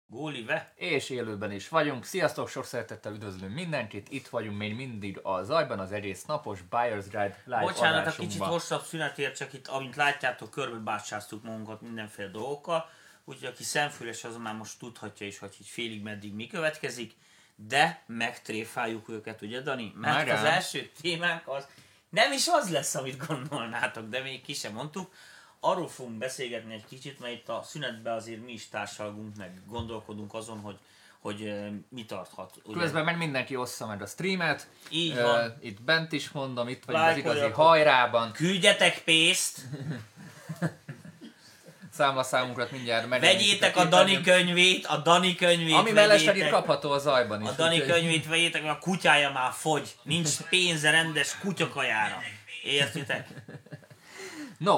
Gólive. És élőben is vagyunk. Sziasztok, sok szeretettel üdvözlünk mindenkit. Itt vagyunk még mindig a zajban, az egész napos Buyer's Guide live Bocsánat, a adásunkban. kicsit hosszabb szünetért, csak itt, amint látjátok, körbebácsáztuk magunkat mindenféle dolgokkal. Úgyhogy aki szemfüles, az már most tudhatja is, hogy így félig meddig mi következik. De megtréfáljuk őket, ugye Dani? Mert az első témánk az nem is az lesz, amit gondolnátok, de még ki sem mondtuk. Arról fogunk beszélgetni egy kicsit, mert itt a szünetben azért mi is társalgunk, meg gondolkodunk azon, hogy mi tarthat. Ugye? Közben meg mindenki ossza meg a streamet. Így van. Itt bent is mondom, itt vagyunk az igazi hajrában. Küldjetek pénzt! Számlaszámunkat mindjárt vegyétek a Dani könyvét, ami mellesleg kapható a zajban is. A Dani könyvét vegyétek, mert a kutyája már fogy. Nincs pénze rendes kutyakajára. Értitek? No,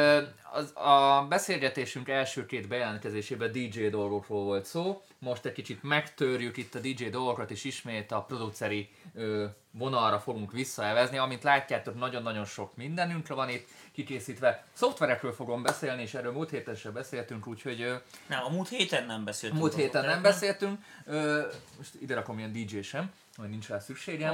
a beszélgetésünk első két bejelentkezésében DJ dolgokról volt szó. Most egy kicsit megtörjük itt a DJ dolgokat, és ismét a produceri vonalra fogunk visszaevezni. Amint látjátok, nagyon-nagyon sok mindenünkre van itt kikészítve. Szoftverekről fogom beszélni, és erről múlt héten sem beszéltünk, úgyhogy... Nem, a múlt héten nem beszéltünk. Múlt héten nem beszéltünk. Most ide rakom ilyen DJ sem, majd nincs rá szükségem.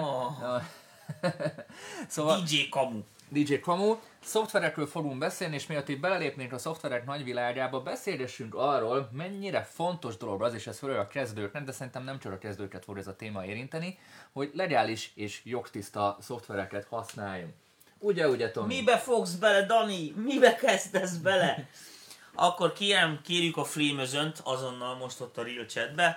Szóval... DJ Kamu. DJ Kamu. Szoftverekről fogunk beszélni, és miatt itt belelépnénk a szoftverek nagyvilágába, beszélgessünk arról, mennyire fontos dolog az, és ez főleg a kezdőknek, de szerintem nem csak a kezdőket fog ez a téma érinteni, hogy legális és jogtiszta szoftvereket használjunk. Ugye, Tomi? Mibe fogsz bele, Dani? Mibe kezdesz bele? Akkor kérjük a Frémözönt azonnal most ott a Real Chatbe.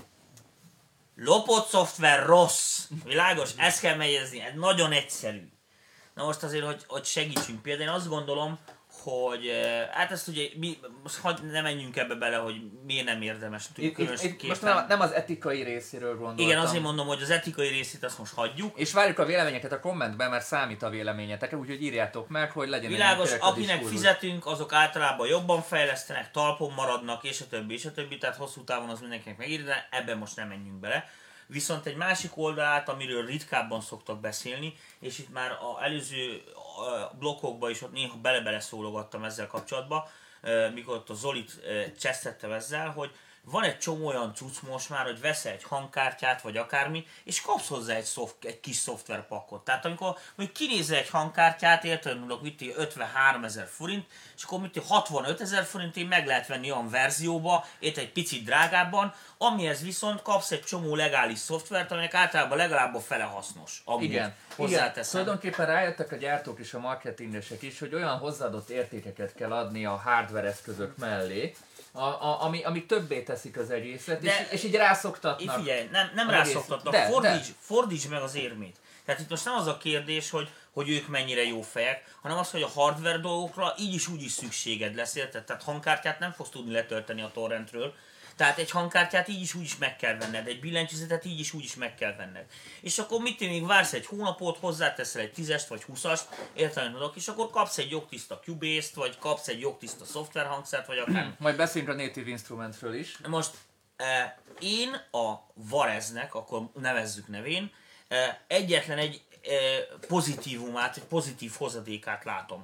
Lopott szoftver rossz. Világos? Ezt kell megjegyezni. Ez nagyon egyszerű. Na most azért, hogy segítsünk. Például én azt gondolom, hogy hát ezt ugye most ne menjünk ebbe bele, hogy miért nem érdemes. Most nem az etikai részéről gondoltam. Igen, azért mondom, hogy az etikai részét azt most hagyjuk. És várjuk a véleményeket a kommentben, mert számít a véleményetek, úgyhogy írjátok meg, hogy legyen világos, akinek fizetünk, azok általában jobban fejlesztenek, talpon maradnak, és a többi, tehát hosszú távon az mindenkinek megír, de ebben most nem menjünk bele. Viszont egy másik oldalát, amiről ritkábban szoktak beszélni, és itt már az előző blokkokban is ott néha bele-bele szólogattam ezzel kapcsolatban, mikor ott a Zolit csesztettem ezzel, hogy van egy csomó olyan cucc most már, hogy veszel egy hangkártyát, vagy akármi, és kapsz hozzá egy kis szoftverpakkot. Tehát amikor kinézel egy hangkártyát, érted, mondok, mit 53 000 forint, és akkor mit 65 000 forintért meg lehet venni olyan verzióba, egy picit drágábban, amihez viszont kapsz egy csomó legális szoftvert, aminek általában legalább a fele hasznos. Igen. Tulajdonképpen rájöttek a gyártók és a marketingesek is, hogy olyan hozzáadott értékeket kell adni a hardware eszközök mellé, ami többé teszik az egészet, és így rászoktatnak. Figyelj, nem rászoktatnak, fordíts meg az érmét. Tehát itt most nem az a kérdés, hogy ők mennyire jó fejek, hanem az, hogy a hardware dolgokra így is úgy is szükséged lesz, érted? Tehát hangkártyát nem fogsz tudni letölteni a torrentről, tehát egy hangkártyát így is úgy is meg kell venned, egy billentyűzetet így is úgy is meg kell venned. És akkor mit még vársz egy hónapot, hozzáteszel egy 10-est vagy 20-ast, értelem, és akkor kapsz egy jogtiszta Cubase-t, vagy kapsz egy jogtiszta szoftverhangszert, vagy akár. Majd beszélünk a Native Instrumentsről is. Most én a Vareznek, akkor nevezzük nevén, egyetlen egy pozitívumát, egy pozitív hozadékát látom,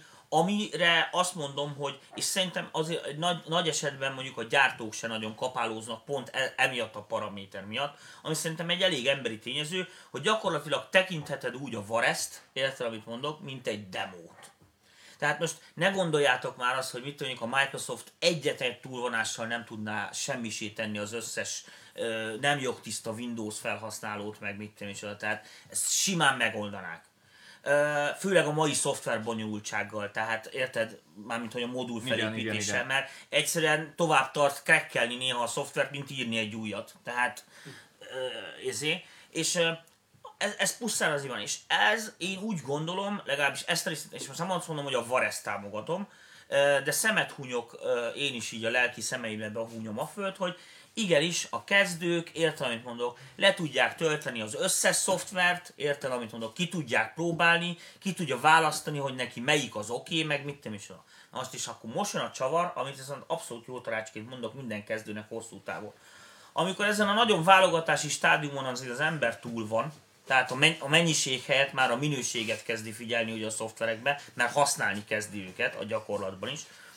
amire azt mondom, hogy, és szerintem azért egy nagy esetben mondjuk a gyártók se nagyon kapálóznak pont emiatt a paraméter miatt, ami szerintem egy elég emberi tényező, hogy gyakorlatilag tekintheted úgy a Varezt, érted, amit mondok, mint egy demót. Tehát most ne gondoljátok már azt, hogy mit tudjuk, a Microsoft egyetlen túlvonással nem tudná semmisé tenni az összes nem jogtiszta Windows felhasználót, meg mit tudom, tehát ezt simán megoldanák. Főleg a mai szoftver bonyolultsággal, tehát érted, mármint hogy a modul felépítéssel, igen. Mert egyszerűen tovább tart crackelni néha a szoftvert, mint írni egy újat. Tehát ez pusztán azért van, és ez én úgy gondolom, legalábbis ezt a részt, és most nem azt mondom, hogy a Varezt támogatom, de szemet hunyok, én is így a lelki szemeimbe behúnyom a föld, hogy igenis a kezdők, érted, amit mondok, le tudják tölteni az összes szoftvert, érted, amit mondok, ki tudják próbálni, ki tudja választani, hogy neki melyik az oké, meg mit nem is van. Na most is akkor most jön a csavar, amit viszont abszolút jó tanácsként mondok minden kezdőnek hosszú távon. Amikor ezen a nagyon válogatási stádiumon az ember túl van, tehát a mennyiség helyett már a minőséget kezdi figyelni ugye a szoftverekbe, mert használni kezdi őket a gyakorlatban is,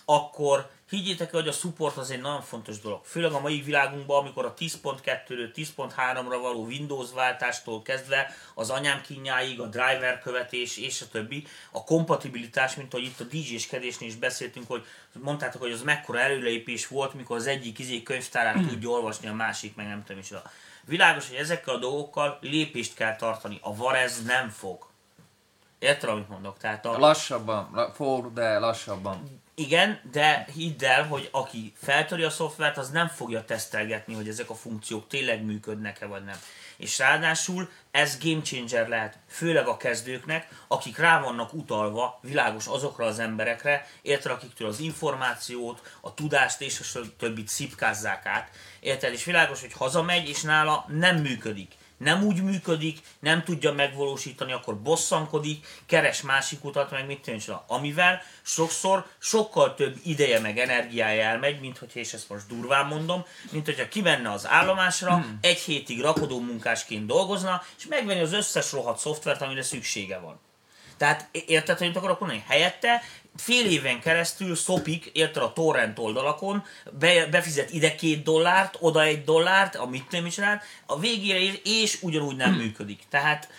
akkor higgyétek el, hogy a support az egy nagyon fontos dolog. Főleg a mai világunkban, amikor a 10.2-ről 10.3-ra való Windows váltástól kezdve az anyám kínjáig, a driver követés és a többi, a kompatibilitás, mint ahogy itt a DJ-skedésnél is beszéltünk, hogy mondtátok, hogy az mekkora előrelépés volt, mikor az egyik könyvtárán tudja olvasni, a másik meg nem tudom is. Világos, hogy ezekkel a dolgokkal lépést kell tartani. A Varez nem fog. Érted, amit mondok? Tehát Lassabban, fog, de lassabban. Igen, de hidd el, hogy aki feltöri a szoftvert, az nem fogja tesztelgetni, hogy ezek a funkciók tényleg működnek-e vagy nem. És ráadásul ez game changer lehet, főleg a kezdőknek, akik rá vannak utalva, világos azokra az emberekre, érted, akiktől az információt, a tudást és a többit szipkázzák át. Érted, és világos, hogy hazamegy, és nála nem működik. Nem úgy működik, nem tudja megvalósítani, akkor bosszankodik, keres másik utat, meg mit tűncsön. Amivel sokszor sokkal több ideje meg energiája elmegy, mint hogyha, és ezt most durván mondom, mint hogyha kimenne az állomásra, egy hétig rakodó munkásként dolgozna, és megvenni az összes rohadt szoftvert, amire szüksége van. Tehát érted, hogy mit akarok mondani? Helyette fél éven keresztül szopik, érted, a torrent oldalakon, befizet ide $2, oda $1, a mit nem is rád, a végére ér, és ugyanúgy nem működik. Tehát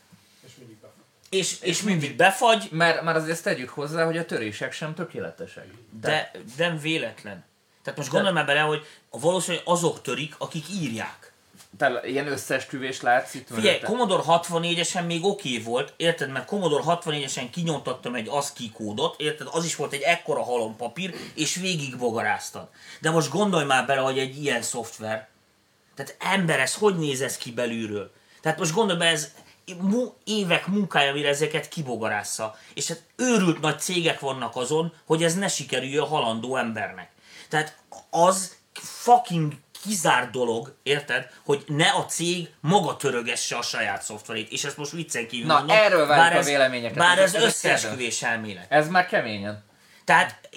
és mindig befagy. Mert azért ezt tegyük hozzá, hogy a törések sem tökéletesek. De nem véletlen. Tehát most gondolj már bele, hogy valószínűleg azok törik, akik írják. Tehát ilyen összeesküvés látsz itt. Figyelj, Commodore 64-esen még oké volt, érted, mert Commodore 64-esen kinyomtattam egy ASCII kódot, érted, az is volt egy ekkora halompapír, és végig bogaráztad. De most gondolj már bele, hogy egy ilyen szoftver, tehát ember, ez hogy néz ez ki belülről? Tehát most gondolj bele, ez évek munkája, mire ezeket kibogarázza. És hát őrült nagy cégek vannak azon, hogy ez ne sikerüljön a halandó embernek. Tehát az fucking kizárt dolog, érted, hogy ne a cég maga törögesse a saját szoftverét, és ezt most viccen kívül mondom. Erről várjuk a véleményeket. Bár ez összeesküvés elmélet. Ez már keményen. Tehát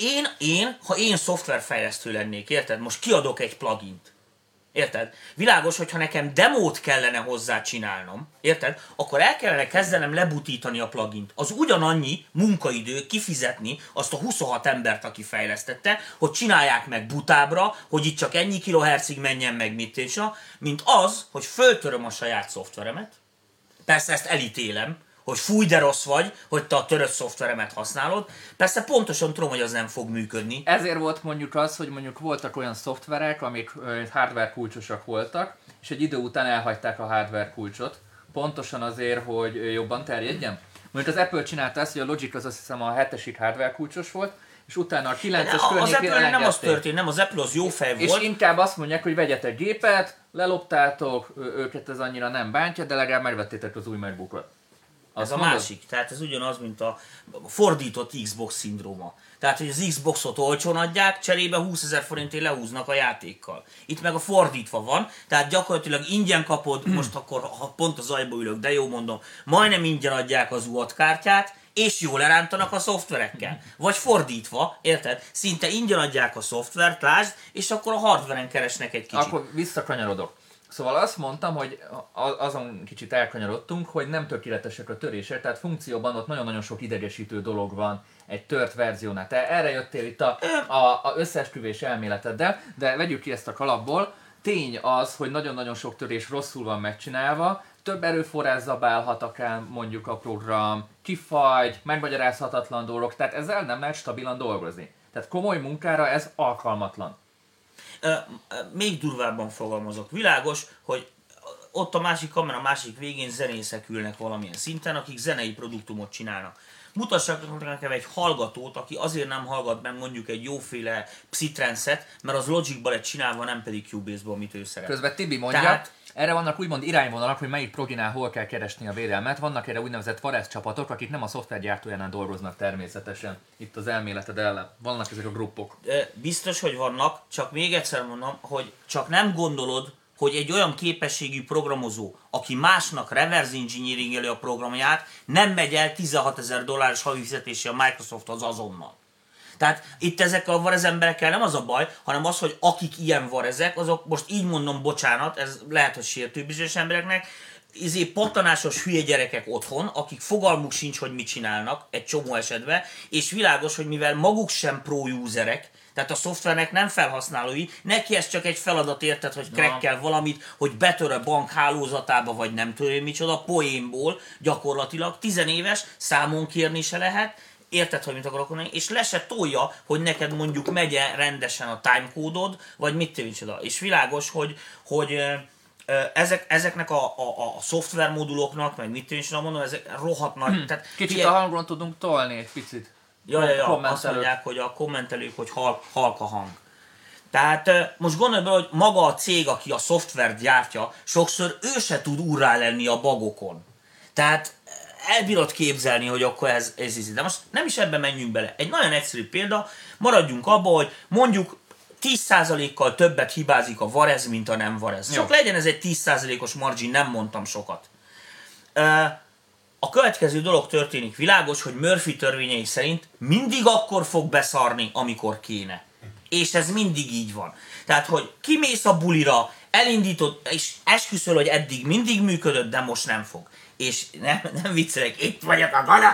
ha én szoftverfejlesztő lennék, érted, most kiadok egy plugint, érted? Világos, hogyha nekem demót kellene hozzá csinálnom, érted? Akkor el kellene kezdenem lebutítani a plugint. Az ugyanannyi munkaidő kifizetni azt a 26 embert, aki fejlesztette, hogy csinálják meg butábra, hogy itt csak ennyi kilohertzig menjen meg mint az, hogy föltöröm a saját szoftveremet. Persze ezt elítélem, hogy fúj, de rossz vagy, hogy te a törött szoftveremet használod. Persze pontosan tudom, hogy az nem fog működni. Ezért volt mondjuk az, hogy mondjuk voltak olyan szoftverek, amik hardware kulcsosak voltak, és egy idő után elhagyták a hardware kulcsot, pontosan azért, hogy jobban terjedjen. Mondjuk az Apple csinálta ezt, hogy a Logic az azt hiszem a 7-esig hardware kulcsos volt, és utána a 9-es környékén az Apple nem az történt, nem, az Apple az jó fej volt. És inkább azt mondják, hogy vegyetek gépet, leloptátok, őket ez annyira nem bántja, de legalább megvettétek az új MacBookot. Ez a másik, tehát ez ugyanaz, mint a fordított Xbox szindróma. Tehát, hogy az Xboxot olcsón adják, cserébe 20 000 forintért lehúznak a játékkal. Itt meg a fordítva van, tehát gyakorlatilag ingyen kapod, most akkor, ha pont az ajba ülök, de jó mondom, majdnem ingyen adják az UAD kártyát, és jól elrántanak a szoftverekkel. Vagy fordítva, érted? Szinte ingyen adják a szoftvert, lásd, és akkor a hardveren keresnek egy kicsit. Akkor visszakanyarodok. Szóval azt mondtam, hogy azon kicsit elkanyarodtunk, hogy nem tökéletesek a törések, tehát funkcióban ott nagyon-nagyon sok idegesítő dolog van egy tört verziónál. Te erre jöttél itt a összeesküvés elméleteddel, de vegyük ki ezt a kalapból. Tény az, hogy nagyon-nagyon sok törés rosszul van megcsinálva, több erőforrás zabálhat akár mondjuk a program, kifagy, megmagyarázhatatlan dolgok, tehát ezzel nem lehet stabilan dolgozni. Tehát komoly munkára ez alkalmatlan. Még durvábban fogalmazok. Világos, hogy ott a másik kamera másik végén zenészek ülnek valamilyen szinten, akik zenei produktumot csinálnak. Mutassak nekem egy hallgatót, aki azért nem hallgat meg mondjuk egy jóféle Psytrance-et, mert az Logicban lett csinálva, nem pedig Cubase-ban, amit ő szeret. Közben Tibi mondja, erre vannak úgymond irányvonalak, hogy melyik pluginál hol kell keresni a védelmet. Vannak erre úgynevezett Varez csapatok, akik nem a szoftvergyártójánál dolgoznak természetesen. Itt az elméleted ellen. Vannak ezek a gruppok. Biztos, hogy vannak, csak még egyszer mondom, hogy csak nem gondolod, hogy egy olyan képességű programozó, aki másnak reverse engineering-eli a programját, nem megy el $16,000 havi fizetése a Microsofthoz azonnal. Tehát itt ezekkel a varez emberekkel nem az a baj, hanem az, hogy akik ilyen varezek, azok most így mondom, bocsánat, ez lehet, hogy sértő bizonyos embereknek, pattanásos hülye gyerekek otthon, akik fogalmuk sincs, hogy mit csinálnak egy csomó esetben, és világos, hogy mivel maguk sem pro userek, tehát a szoftvernek nem felhasználói, neki ez csak egy feladat, érted, hogy crackkel valamit, hogy betör a bank hálózatába, vagy nem tudom micsoda, poénból gyakorlatilag, 10 éves, számon kérni se lehet, érted, hogy mit akarok mondani, és le se tolja, hogy neked mondjuk megye rendesen a timecode-od, vagy mit tudom micsoda. És világos, hogy ezeknek a szoftvermoduloknak, meg mit tudom mondom, ezek rohadt nagy. Tehát Kicsit a hangon tudunk tolni egy picit. Ja, azt mondják, hogy a kommentelők, hogy halk a hang. Tehát most gondolj bele, hogy maga a cég, aki a szoftvert gyártja, sokszor ő se tud urrá lenni a bugokon. Tehát elbírod képzelni, hogy akkor ez. De most nem is ebben menjünk bele. Egy nagyon egyszerű példa, maradjunk abban, hogy mondjuk 10%-kal többet hibázik a Varez, mint a nem Varez. Csak legyen ez egy 10%-os margin, nem mondtam sokat. A következő dolog történik, világos, hogy Murphy törvényei szerint mindig akkor fog beszarni, amikor kéne. És ez mindig így van. Tehát, hogy kimész a bulira, elindítod, és esküszöl, hogy eddig mindig működött, de most nem fog. És nem viccelek, itt vagyok a galax,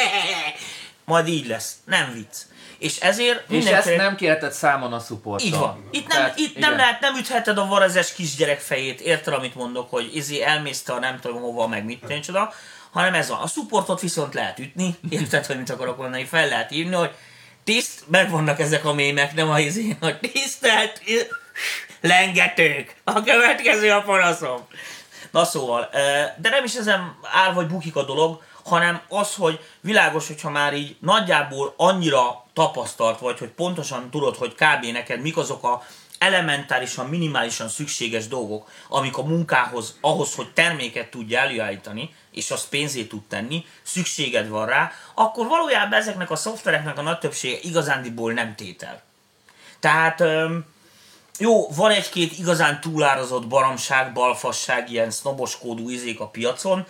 majd így lesz. Nem vicc. És ezért és ezt nem kérheted számon a supporttal. Így van. Itt nem lehet, nem ütheted a varezes kisgyerek fejét, érted, amit mondok, hogy elmész te a nem tudom hova, meg mit tényleg, hanem ez van. A supportot viszont lehet ütni, érted, hogy mit akarok mondani, fel lehet írni, hogy megvannak ezek a mémek, nem a hogy tisztelt lengetők, a következő a panaszom. Na szóval, de nem is ezen áll vagy bukik a dolog, hanem az, hogy világos, hogyha már így nagyjából annyira tapasztalt vagy, hogy pontosan tudod, hogy kb. Neked mik azok a elementárisan, minimálisan szükséges dolgok, amik a munkához, ahhoz, hogy terméket tudja előállítani, és az pénzét tud tenni, szükséged van rá, akkor valójában ezeknek a szoftvereknek a nagy többsége igazándiból nem tétel. Tehát jó, van egy-két igazán túlárazott baromság, balfasság, ilyen sznoboskodú izék a piacon,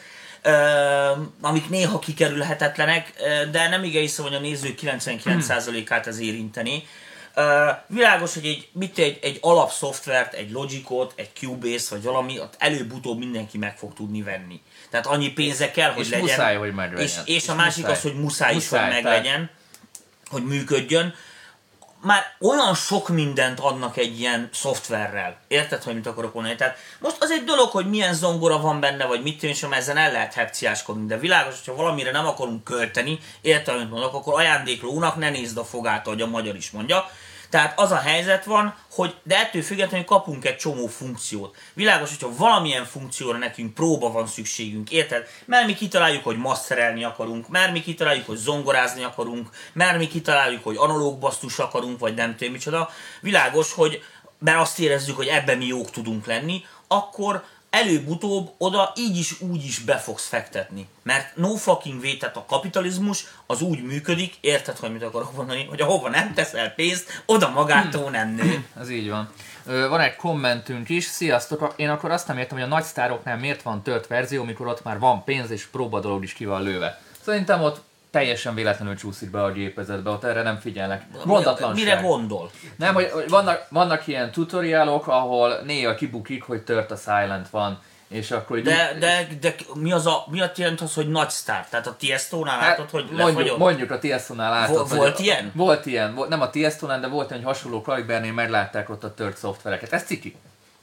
amik néha kikerülhetetlenek, de nem igen hiszem, hogy a nézők 99%-át ez érinteni. Világos, hogy egy alapszoftvert, egy Logicot, egy Cubase vagy valami, előbb-utóbb mindenki meg fog tudni venni. Tehát annyi pénze kell, hogy és legyen. Muszáj, hogy meglegyen. És a másik az, hogy muszáj is, hogy meglegyen, hogy működjön. Már olyan sok mindent adnak egy ilyen szoftverrel. Érted, hogy mit akarok mondani? Tehát most az egy dolog, hogy milyen zongora van benne, vagy mit tűnik, ezen el lehet hepciáskodni, de világos, hogyha valamire nem akarunk költeni, érted, amit mondok, akkor ajándéklónak ne nézd a fogát, ahogy a magyar is mondja. Tehát az a helyzet van, hogy de ettől függetlenül kapunk egy csomó funkciót. Világos, hogyha valamilyen funkcióra nekünk próba van szükségünk, érted? Mert mi kitaláljuk, hogy masterelni akarunk, mert mi kitaláljuk, hogy zongorázni akarunk, mert mi kitaláljuk, hogy analóg basztus akarunk, vagy nem tudom micsoda. Világos, hogy mert azt érezzük, hogy ebben mi jók tudunk lenni, akkor előbb-utóbb oda így is úgy is be fogsz fektetni. Mert no fucking way, tehát a kapitalizmus az úgy működik, érted, hogy mit akarok mondani, hogy ahova nem teszel pénzt, oda magától nem nő. Ez így van. Van egy kommentünk is, sziasztok, én akkor azt nem értem, hogy a nagy sztároknál miért van tört verzió, mikor ott már van pénz és próba dolog is ki van lőve. Szerintem ott teljesen véletlenül csúszik be a gépezetbe, ott erre nem figyelnek. Mondatlanság. Mire gondol? Nem, hogy vannak ilyen tutoriálok, ahol néha kibukik, hogy tört a silent van, és akkor... De miatt jelent az, hogy nagy sztár? Tehát a Tiesto-nál látod, hogy lefagyott? Mondjuk a Tiesto-nál látod. Volt ilyen? Volt ilyen, nem a Tiesto-nál, de volt egy hasonló Kalibernél meglátták ott a tört szoftvereket. Ez ciki.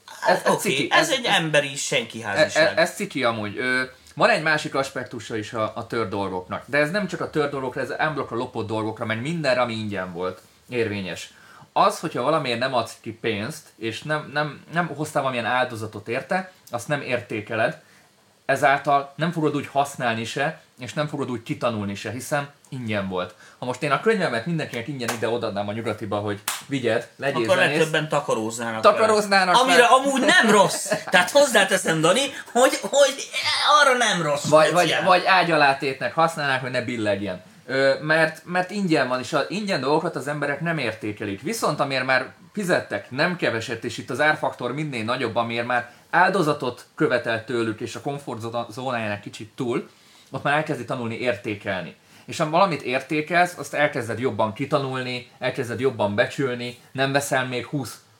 Ez egy emberi senkiháziság. Ez ciki amúgy. Van egy másik aspektusa is a tör dolgoknak, de ez nem csak a tör dolgokra, ez unblockra lopott dolgokra, meg mindenre, ami ingyen volt érvényes. Az, hogyha valamiért nem adsz ki pénzt, és nem hoztál valamilyen áldozatot érte, azt nem értékeled, ezáltal nem fogod úgy használni se, és nem fogod úgy kitanulni se, hiszen ingyen volt. Ha most én a könyvemet mindenkinek ingyen ide odaadnám a nyugatiba, hogy vigyed, legyél akkor zenész. legtöbben takaróznának. Amire amúgy nem rossz. Tehát hozzáteszem, Dani, hogy arra nem rossz. Vagy ágyalátétnek használnák, hogy ne billegjen. Mert ingyen van, és az ingyen dolgokat az emberek nem értékelik. Viszont amiért már fizettek nem keveset, és itt az árfaktor minél nagyobb, amiért már áldozatot követel tőlük, és a komfortzónájának kicsit túl, ott már elkezdi tanulni értékelni. És ha valamit értékelsz, azt elkezded jobban kitanulni, elkezded jobban becsülni, nem veszel még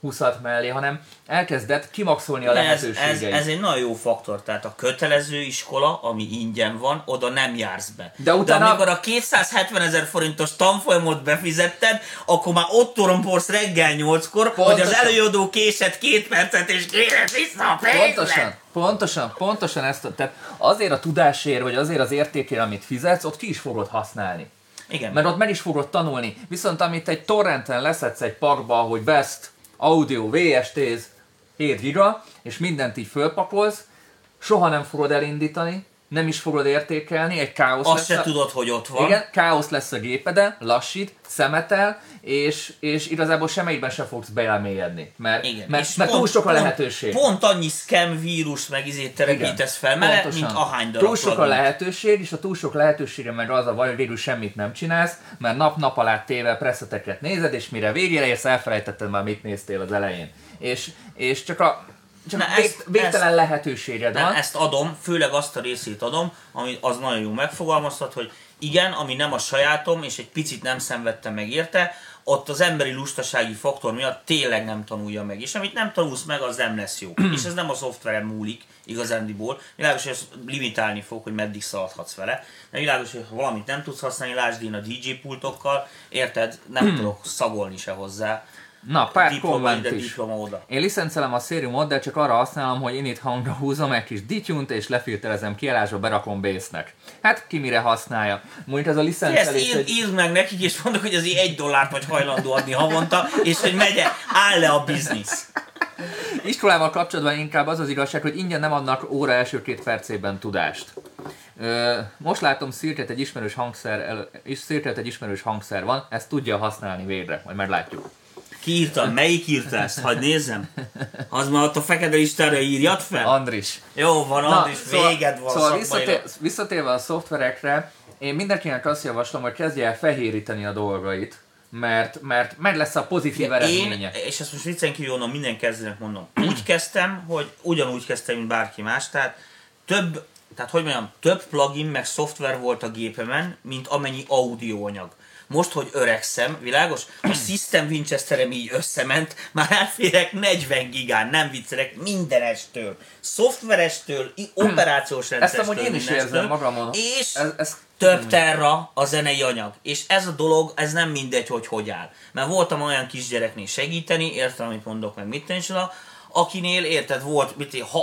20 mellé, hanem elkezdett kimaxolni a lehetőségeit. Ez egy nagyon jó faktor, tehát a kötelező iskola, ami ingyen van, oda nem jársz be. De utána... amikor a 270 000 forintos tanfolyamot befizetted, akkor már ott torompolsz reggel 8-kor, hogy az előadó késett 2 percet és kéred vissza a pénzet. Pontosan ezt, tehát azért a tudásért, vagy azért az értékért, amit fizetsz, ott ki is fogod használni. Igen. Mert ott meg is fogod tanulni. Viszont amit egy torrenten leszedsz egy parkba, hogy Best Audio VST-z 7 giga, és mindent így fölpakolsz, soha nem fogod elindítani, nem is fogod értékelni, egy káosz azt lesz. Azt se tudod, hogy ott van. Igen, káosz lesz a gépeden, lassít, szemetel, és igazából semmelyikben sem fogsz beelmélyedni. Mert túl sok a lehetőség. Pont annyi scam vírus meg telepítesz fel mele, mint ahány darab. Túl sok a lehetőség, és a túl sok lehetősége meg az a baj, hogy végül semmit nem csinálsz, mert nap alá téve presszeteket nézed, és mire végére érsz, elfelejtetted már mit néztél az elején. És csak végtelen lehetőséged van. Ezt adom, főleg azt a részét adom, ami az nagyon jó megfogalmazhat, hogy igen, ami nem a sajátom, és egy picit nem szenvedtem meg érte, ott az emberi lustasági faktor miatt tényleg nem tanulja meg. És amit nem tanulsz meg, az nem lesz jó. És ez nem a szoftveren múlik igazándiból. Világos, hogy ezt limitálni fog, hogy meddig szaladhatsz vele. De világos, hogy ha valamit nem tudsz használni, lásd én a DJ pultokkal, érted, nem tudok szagolni se hozzá. Na, pár komment is. Diploma oda. Én licencelem a szériumot, de csak arra használom, hogy init hangra húzom egy kis detune-t és lefilterezem kiállásba, berakom bassnek. Hát ki mire használja. Mondjuk ez a licencelés... Ezt írd meg nekik, és mondok, hogy azért $1 vagy hajlandó adni havonta, és hogy áll le a biznisz. Iskolával kapcsolatban inkább az igazság, hogy ingyen nem adnak óra első 2 percében tudást. Most látom, Szirket egy ismerős hangszer van, ezt tudja használni végre, majd meglátjuk. Ki írta? Melyik írta ezt? Hadd nézzem. Az már ott a fekete listára írjad fel? Andris. Jó van, Andris, véged van. Szóval visszatérve a szoftverekre, én mindenkinek azt javaslom, hogy kezdje el fehéríteni a dolgait, mert meg lesz a pozitív eredménye. És ezt most viccen kívül mondom, minden kezdőnek mondom. Úgy kezdtem, hogy ugyanúgy kezdtem, mint bárki más, tehát több plugin meg szoftver volt a gépemen, mint amennyi audioanyag. Most, hogy öregszem, világos, a System Winchesterem így összement, már elférek 40 gigán, nem viccelek, mindenestől. Szoftverestől, operációs rendszerestől. Ezt amúgy én is érzem magamon. És több terra a zenei anyag. És ez a dolog, ez nem mindegy, hogy áll. Mert voltam olyan kisgyereknél segíteni, értem, amit mondok, meg mit tencsila, akinél, érted, volt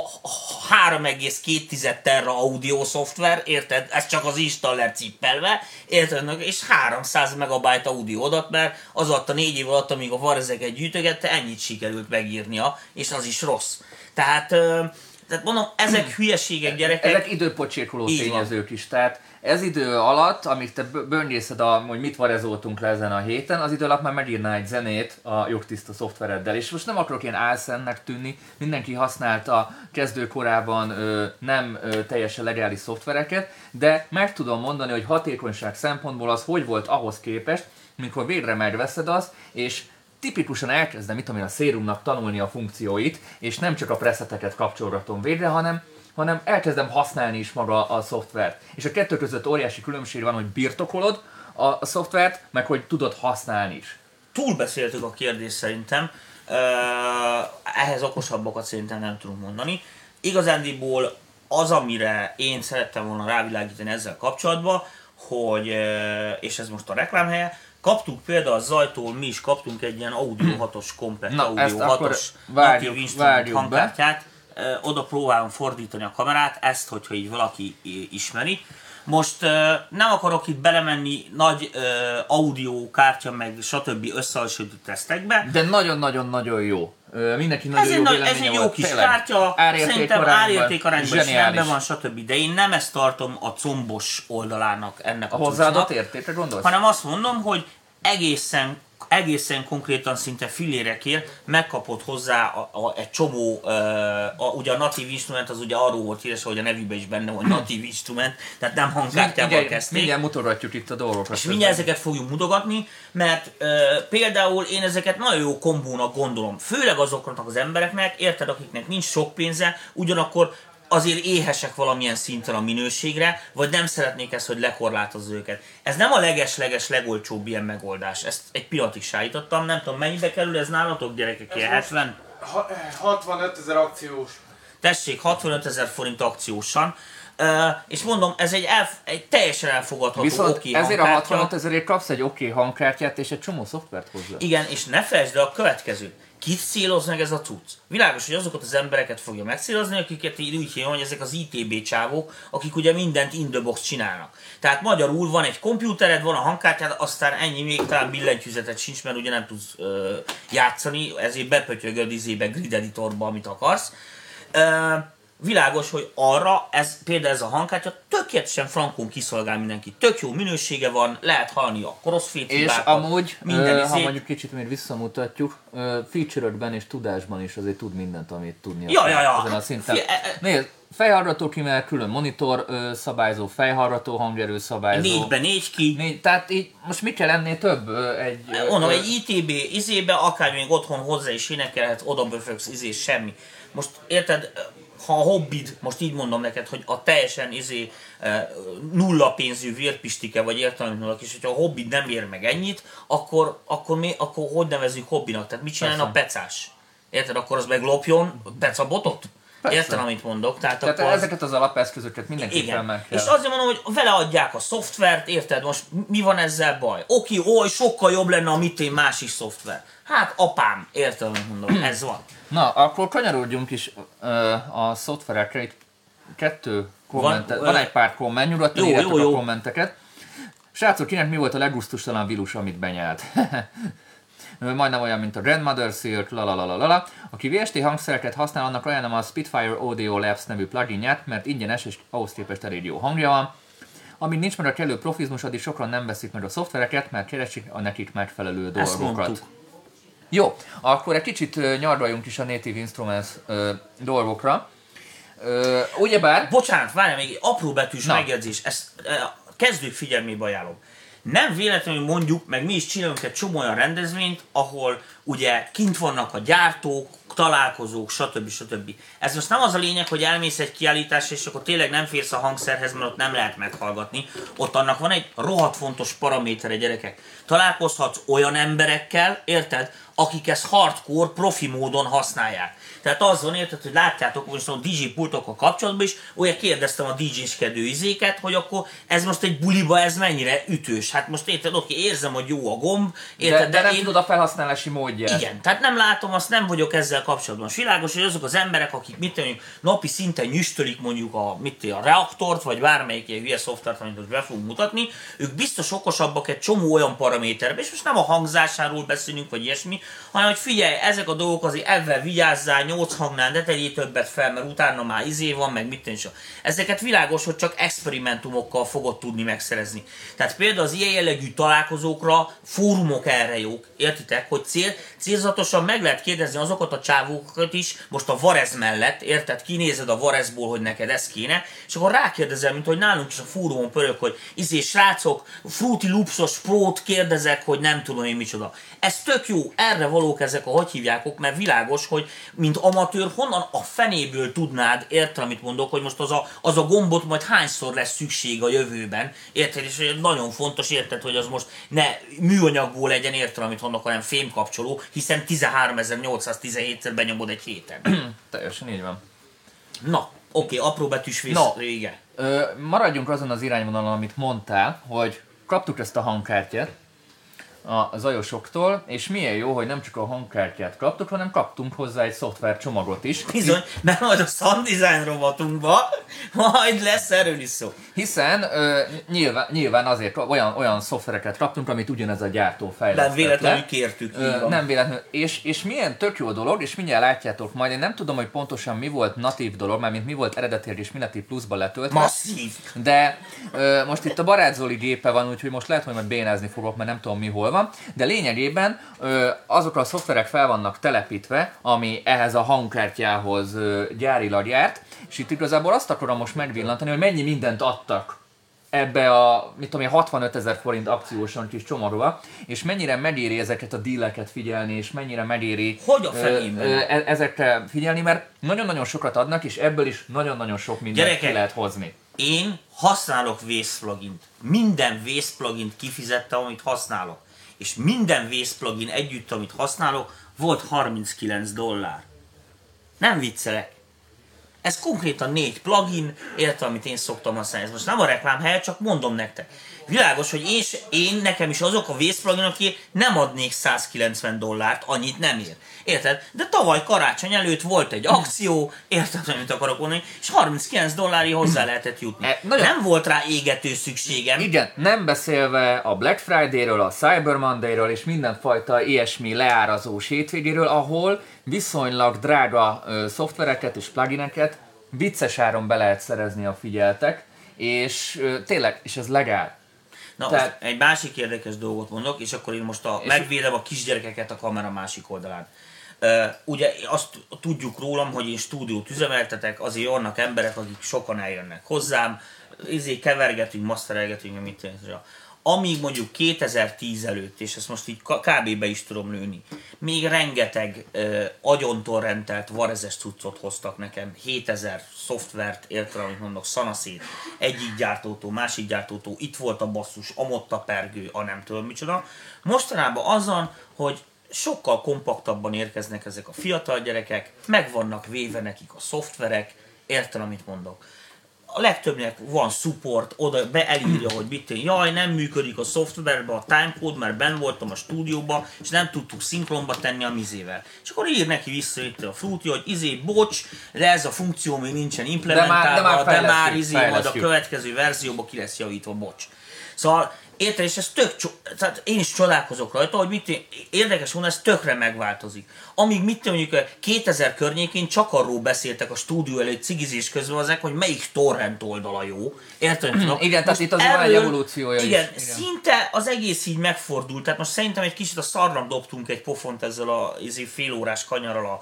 3,2 terra audio szoftver, érted, ez csak az installer cippelve, érted, és 300 megabyte audio adat, mert az alatt a 4 év alatt, amíg a varezeket gyűjtögette, ennyit sikerült megírnia, és az is rossz. Tehát mondom, ezek hülyeségek, gyerekek. Ezek időpocsékoló tényezők is, tehát ez idő alatt, amíg te böngészed, hogy mit varezoltunk le ezen a héten, az idő alatt már megírná egy zenét a jogtiszta szoftvereddel. És most nem akarok ilyen álszennek tűnni, mindenki használta kezdőkorában nem teljesen legális szoftvereket, de meg tudom mondani, hogy hatékonyság szempontból az hogy volt ahhoz képest, mikor végre megveszed azt, és tipikusan elkezdem a szérumnak tanulni a funkcióit, és nem csak a preseteket kapcsolgatom végre, hanem elkezdem használni is maga a szoftvert. És a kettő között óriási különbség van, hogy birtokolod a szoftvert, meg hogy tudod használni is. Túlbeszéltük a kérdést szerintem, ehhez okosabbakat szerintem nem tudunk mondani. Igazándiból az, amire én szerettem volna rávilágítani ezzel kapcsolatban, hogy, és ez most a reklámhelye, kaptunk például a Zajtól, mi is kaptunk egy ilyen Audio 6-os komplett, Audio 6-os natív instrument hangkártyát. Oda próbálom fordítani a kamerát, ezt, hogyha így valaki ismeri. Most nem akarok itt belemenni nagy audio kártya, meg stb. Összehasonlító tesztekbe. De nagyon-nagyon-nagyon jó. Mindenki nagyon jó véleménye Ez egy jó kis kártya, szerintem árértékarányban is rendben van, stb. De én nem ezt tartom a combos oldalának ennek a hozzáadott értékre gondolsz? Hanem azt mondom, hogy egészen konkrétan szinte fillérekért megkapott hozzá egy csomó, ugye a natív instrument az ugye arról volt híres, hogy a nevében is benne van natív instrument, tehát nem hangkártyával kezdték. Mindjárt mutogatjuk itt a dolgokat. És mindjárt ezeket fogjuk mutogatni, mert például én ezeket nagyon jó kombónak gondolom. Főleg azoknak az embereknek, érted, akiknek nincs sok pénze, ugyanakkor azért éhesek valamilyen szinten a minőségre, vagy nem szeretnék ezt, hogy lekorlátozza őket. Ez nem a leges legolcsóbb ilyen megoldás. Ezt egy pillanatig sállítottam, nem tudom mennyibe kerül ez nálatok, gyerekek, ilyen 70? 65 000 akciós. Tessék, 65 000 forint akciósan. És mondom, ez egy teljesen elfogadható viszont oké ezért hangkártya. a 65 000-ért kapsz egy oké hangkártyát és egy csomó szoftvert hozzá. Igen, és ne felejtsd el a következő. Kit céloz meg ez a cucc? Világos, hogy azokat az embereket fogja megcélozni, akiket így úgy hívja, hogy ezek az ITB csávók, akik ugye mindent in the box csinálnak. Tehát magyarul van egy komputered, van a hangkártyád, aztán ennyi, még talán billentyűzetet sincs, mert ugye nem tudsz játszani, ezért bepötyögöd grid editorba, amit akarsz. Világos, hogy arra például ez a hangkártya tökéletesen frankon kiszolgál mindenkit. Tök jó minősége van, lehet hallani a crossfit és hibákat, amúgy, minden ha mondjuk kicsit még visszamutatjuk, feature-ökben és tudásban is azért tud mindent, amit tudnia Ja. ezen a szinten. Nézd, fejhallgató kimenet, külön monitor szabályzó, fejhallgató, hangerő szabályzó. 4x4 ki. Tehát így most mi kell ennél több? Mondom, egy ITB izébe, akár még otthon hozzá is énekelhet, oda böfögsz, semmi. Most érted, ha a hobbid, most így mondom neked, hogy a teljesen nulla pénzű vérpistike vagy értelmetlenek, és hogyha a hobbid nem ér meg ennyit, akkor hogy nevezzük hobbinak? Tehát mit csinálna a pecás? Érted? Akkor az meg lopjon pecabotot? Érted, amit mondok? Tehát akkor ezeket az alapeszközöket mindenképpen meg kell. És azért mondom, hogy vele adják a szoftvert, érted? Most mi van ezzel baj? Oké, sokkal jobb lenne a mitén másik szoftver. Hát apám, érted, amit mondom, ez van. Na, akkor kanyarodjunk is a szoftverekre. Itt van egy pár komment, nyugodtan írjátok a kommenteket. Srácok, kinek mi volt a leggusztustalan vírus, amit benyelt? Majdnem olyan, mint a Grandmother Shield, lalalala. Aki VST hangszereket használ, annak ajánlom a Spitfire Audio Labs nevű pluginját, mert ingyenes és ahhoz képest elég jó hangja van. Amíg nincs meg a kellő profizmus, addig sokan nem veszik meg a szoftvereket, mert keresik a nekik megfelelő dolgokat. Jó, akkor egy kicsit nyargaljunk is a Native Instruments dolgokra. Ugyebár... Bocsánat, várjál, még egy apró betűs megjegyzés, ezt kezdők figyelmébe ajánlom. Nem véletlenül mondjuk, meg mi is csinálunk egy csomó olyan rendezvényt, ahol ugye kint vannak a gyártók, találkozók, stb. Ez most nem az a lényeg, hogy elmész egy kiállításra, és akkor tényleg nem férsz a hangszerhez, mert ott nem lehet meghallgatni. Ott annak van egy rohadt fontos paramétere, gyerekek. Találkozhatsz olyan emberekkel, érted, akik ezt hardcore, profi módon használják. Tehát az van, érted, hogy látjátok most a DJ pultokkal kapcsolatban is, olyan kérdeztem a DJ-skedő izéket, hogy akkor ez most egy buliba ez mennyire ütős. Hát most érted, oké, érzem, hogy jó a gomb, érted, de nem tudod a felhasználási módját. Igen, tehát nem látom, azt nem vagyok ezzel kapcsolatban. És világos, hogy azok az emberek, akik napi szinten nyüstölik mondjuk a reaktort, vagy bármelyik ilyen hülye szoftvert, amit most be fogunk mutatni, ők biztos okosabbak egy csomó olyan paraméterben, és most nem a hangzásáról beszélünk, vagy ilyesmi, hanem hogy figyelj, ezek a dolgok azért ebben vigyázzál, 8 hangnál ne tegyél többet fel, mert utána már van, meg mit tűncs. Ezeket világos, hogy csak experimentumokkal fogod tudni megszerezni. Tehát például az ilyen jellegű találkozókra fórumok erre jók, értitek, hogy célzatosan meg lehet kérdezni azokat a csávókat is, most a Varez mellett, érted, kinézed a Varezból, hogy neked ez kéne, és akkor rákérdezel, mint hogy nálunk is a fórumon pörög, hogy srácok, Fruity Loopsos Pro-t kérdezek, hogy nem tudom én micsoda. Ez tök jó, erre valók ezek a hogy hívjákok, mert világos, hogy mint amatőr honnan a fenéből tudnád, érted, amit mondok, hogy most az a gombot majd hányszor lesz szükség a jövőben, érted, és nagyon fontos, érted, hogy az most ne műanyagból legyen, érted, amit mondok, hanem fémkapcsoló, hiszen 13.817-szer benyomod egy héten. Teljesen így van. Na, oké, apró betűs vége. Maradjunk azon az irányvonalon, amit mondtál, hogy kaptuk ezt a hangkártyát a zajosoktól, és milyen jó, hogy nem csak a hangkártyát kaptuk, hanem kaptunk hozzá egy szoftvercsomagot is. Bizony, mert majd a sound design rovatunkban majd lesz erről is szó. Hiszen nyilván azért olyan szoftvereket kaptunk, amit ugyanez a gyártó fejlesztett. Nem véletlenül kértük. Nem véletlenül. És milyen tök jó dolog, és mindjárt látjátok majd, én nem tudom, hogy pontosan mi volt natív dolog, mármint mi volt eredetileg és mi natív pluszba letöltve. Masszív! De most itt a Barát Zoli gépe van, úgyhogy most lehet, hogy majd bénázni fogok, mert nem tudom mi hol van. De lényegében azok a szoftverek fel vannak telepítve, ami ehhez a hangkártyához gyárilag járt, és itt igazából azt akarom most megvillantani, hogy mennyi mindent adtak ebbe a, mit tudom én, 65 000 forint akcióson kis csomagba, és mennyire megéri ezeket a díleket figyelni, és mennyire megéri Hogy a fenében? ezekre figyelni, mert nagyon-nagyon sokat adnak, és ebből is nagyon-nagyon sok mindent ki lehet hozni. Én használok Waze plugint. Minden Waze plugint kifizettem, amit használok. És minden Waze plugin együtt, amit használok, volt $39. Nem viccelek. Ez konkrétan 4 plugin, értem, amit én szoktam használni. Ez most nem a reklám helye, csak mondom nektek. Világos, hogy én nekem is azok a Waze pluginok, aki nem adnék $190, annyit nem ér. Érted? De tavaly karácsony előtt volt egy akció, érted, amit akarok mondani, és $39 hozzá lehetett jutni. Nem volt rá égető szükségem. Igen, nem beszélve a Black Friday-ről, a Cyber Monday-ről és mindenfajta ilyesmi leárazós hétvégéről, ahol viszonylag drága szoftvereket és plugineket vicces áron be lehet szerezni, a figyeltek, és tényleg, és ez legál. Na, tehát egy másik érdekes dolgot mondok, és akkor én most megvédem a kisgyerekeket a kamera másik oldalán. Ugye azt tudjuk rólam, hogy én stúdiót üzemeltetek, azért vannak emberek, akik sokan eljönnek hozzám, kevergetünk, masterelgetünk, mit tenni. Amíg mondjuk 2010 előtt, és ezt most így kb. Be is tudom lőni, még rengeteg agyontorrentelt varezes cuccot hoztak nekem, 7000 szoftvert, értem, amit mondok, szanaszét, egyik gyártótól, másik gyártótól, itt volt a basszus, amott a pergő, a nem tudom micsoda. Mostanában azon, hogy sokkal kompaktabban érkeznek ezek a fiatal gyerekek, meg vannak véve nekik a szoftverek, értem, amit mondok. A legtöbbnek van support, oda beelírja, hogy mit tenni. Jaj, nem működik a szoftverbe a timecode, mert benn voltam a stúdióba, és nem tudtuk szinkronba tenni a mizével. És akkor ír neki vissza itt a Fruity, hogy bocs, de ez a funkció még nincsen implementálva, de már majd a következő verzióba ki lesz javítva, bocs. Szóval érted, és ez tehát én is csodálkozok rajta, hogy érdekes volna, ez tökre megváltozik. Amíg mondjuk 2000 környékén csak arról beszéltek a stúdió előtt cigizés közben azek, hogy melyik torrent oldala jó. Érted? Igen, tehát itt az van egy evolúciója igen, is. Igen, szinte az egész így megfordult. Tehát most szerintem egy kicsit a szarra dobtunk egy pofont ezzel a félórás kanyarral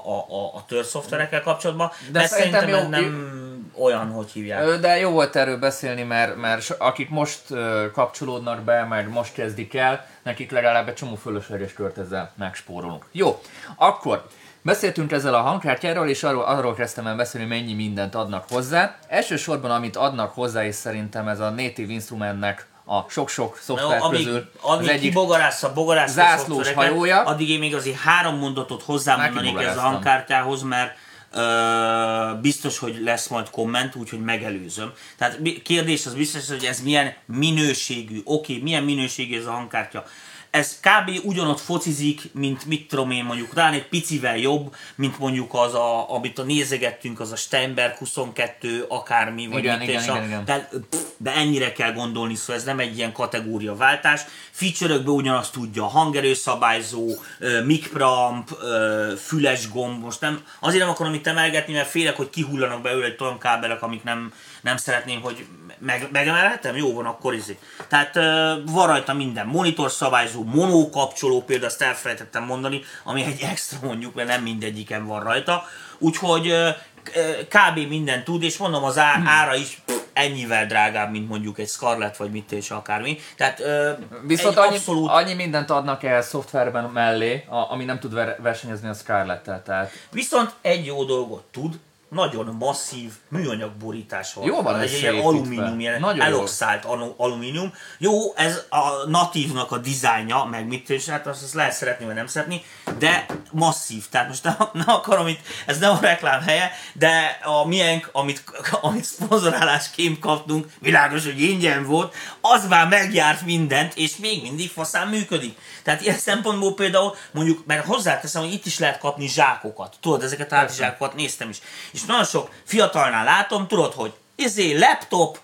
a törzszoftverekkel kapcsolatban. De szerintem ez nem olyan, hogy hívják. De jó volt erről beszélni, mert akik most kapcsolódnak be, meg most kezdik el, nekik legalább egy csomó fölösleges kört ezzel megspórolunk. Jó, akkor beszéltünk ezzel a hangkártyáról, és arról kezdtem el beszélni, mennyi mindent adnak hozzá. Elsősorban, amit adnak hozzá, és szerintem ez a Native Instrumentnek a sok-sok szoftver közül az egyik zászlós hajója. Addig én még azért 3 mondatot hozzámondanék ez a hangkártyához, mert biztos, hogy lesz majd komment, úgyhogy megelőzöm. Tehát kérdés az biztos, hogy ez milyen minőségű, milyen minőségű ez a hangkártya. Ez kb. Ugyanott focizik, mint mit tudom én mondjuk, talán egy picivel jobb, mint mondjuk az, amit nézegettünk, az a Steinberg 22 akármi, vagy igen. De ennyire kell gondolni, szóval ez nem egy ilyen kategóriaváltás. Feature-ökben ugyanazt tudja, hangerőszabályzó, mic preamp, füles gomb, most nem, azért nem akarom itt emelgetni, mert félek, hogy kihullanak belőle egy olyan kábelek, amik nem szeretném, hogy megemelhetem? Jó van, akkor izé. Tehát van rajta minden monitor szabályzó, mono kapcsoló, például azt elfelejtettem mondani, ami egy extra mondjuk, mert nem mindegyiken van rajta. Úgyhogy kb. Minden tud, és mondom, az ára is ennyivel drágább, mint mondjuk egy Scarlett, vagy mit és akármi. Tehát viszont annyi mindent adnak el szoftverben mellé, ami nem tud versenyezni a Scarlett-tel. Tehát. Viszont egy jó dolgot tud, nagyon masszív műanyag borítás van. Jó van, egy ilyen alumínium, ilyen eloxált alumínium. Jó, ez a Native-nak a dizájnja, meg mit is, hát azt lehet szeretni, vagy nem szeretni, de masszív. Tehát most nem akarom itt, ez nem a reklám helye, de a miénk, amit szponzorálásként kaptunk, világos, hogy ingyen volt, az már megjárt mindent, és még mindig faszán működik. Tehát ilyen szempontból például mondjuk, mert hozzáteszem, hogy itt is lehet kapni zsákokat. Tudod, ezeket a hátizsákokat néztem is. És nagyon sok fiatalnál látom, tudod, hogy laptop,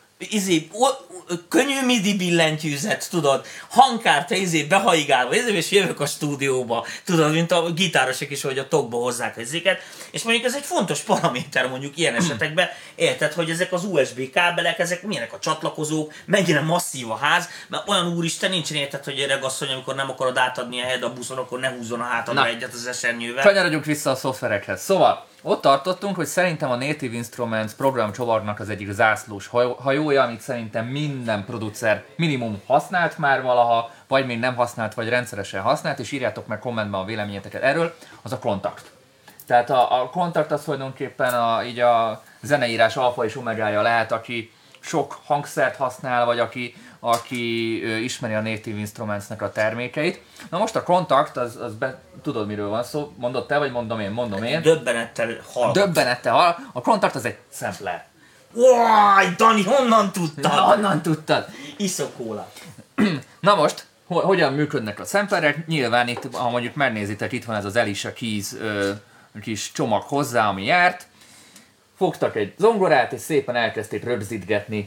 könnyű midi billentyűzet, tudod, hangkártya, behajigálva, és jövök a stúdióba, tudod, mint a gitárosok is, hogy a tokba hozzák ezeket, és mondjuk ez egy fontos paraméter mondjuk ilyen esetekben, érted, hogy ezek az USB kábelek, ezek milyenek a csatlakozók, mennyire masszív a ház, mert olyan úristen nincsen, érted, hogy öreg asszony, amikor nem akarod átadni a helyed a buszon, akkor ne húzzon a hátadra egyet az esernyővel. Kanyarodjunk vissza a szoftverekhez. Szóval, Ott tartottunk, hogy szerintem a Native Instruments programcsoportnak az egyik zászlós hajója, amit szerintem minden producer minimum használt már valaha, vagy még nem használt, vagy rendszeresen használt, és írjátok meg kommentben a véleményeteket erről, az a Kontakt. Tehát a Kontakt az tulajdonképpen így a zeneírás alfa és omegája lehet, aki sok hangszert használ, vagy aki ismeri a Native Instruments-nek a termékeit. Na most a Kontakt, tudod miről van szó, mondod te, vagy mondom én? Döbbenettel hallgat. A Kontakt az egy sampler. Uáj, Dani, honnan tudtad? Honnan tudtad? Iszok kólát. Na most, hogyan működnek a samplerek? Nyilván itt, ha mondjuk megnézitek, itt van ez az Alicia Keys kis csomag hozzá, ami járt. Fogtak egy zongorát, és szépen elkezdték rögzítgetni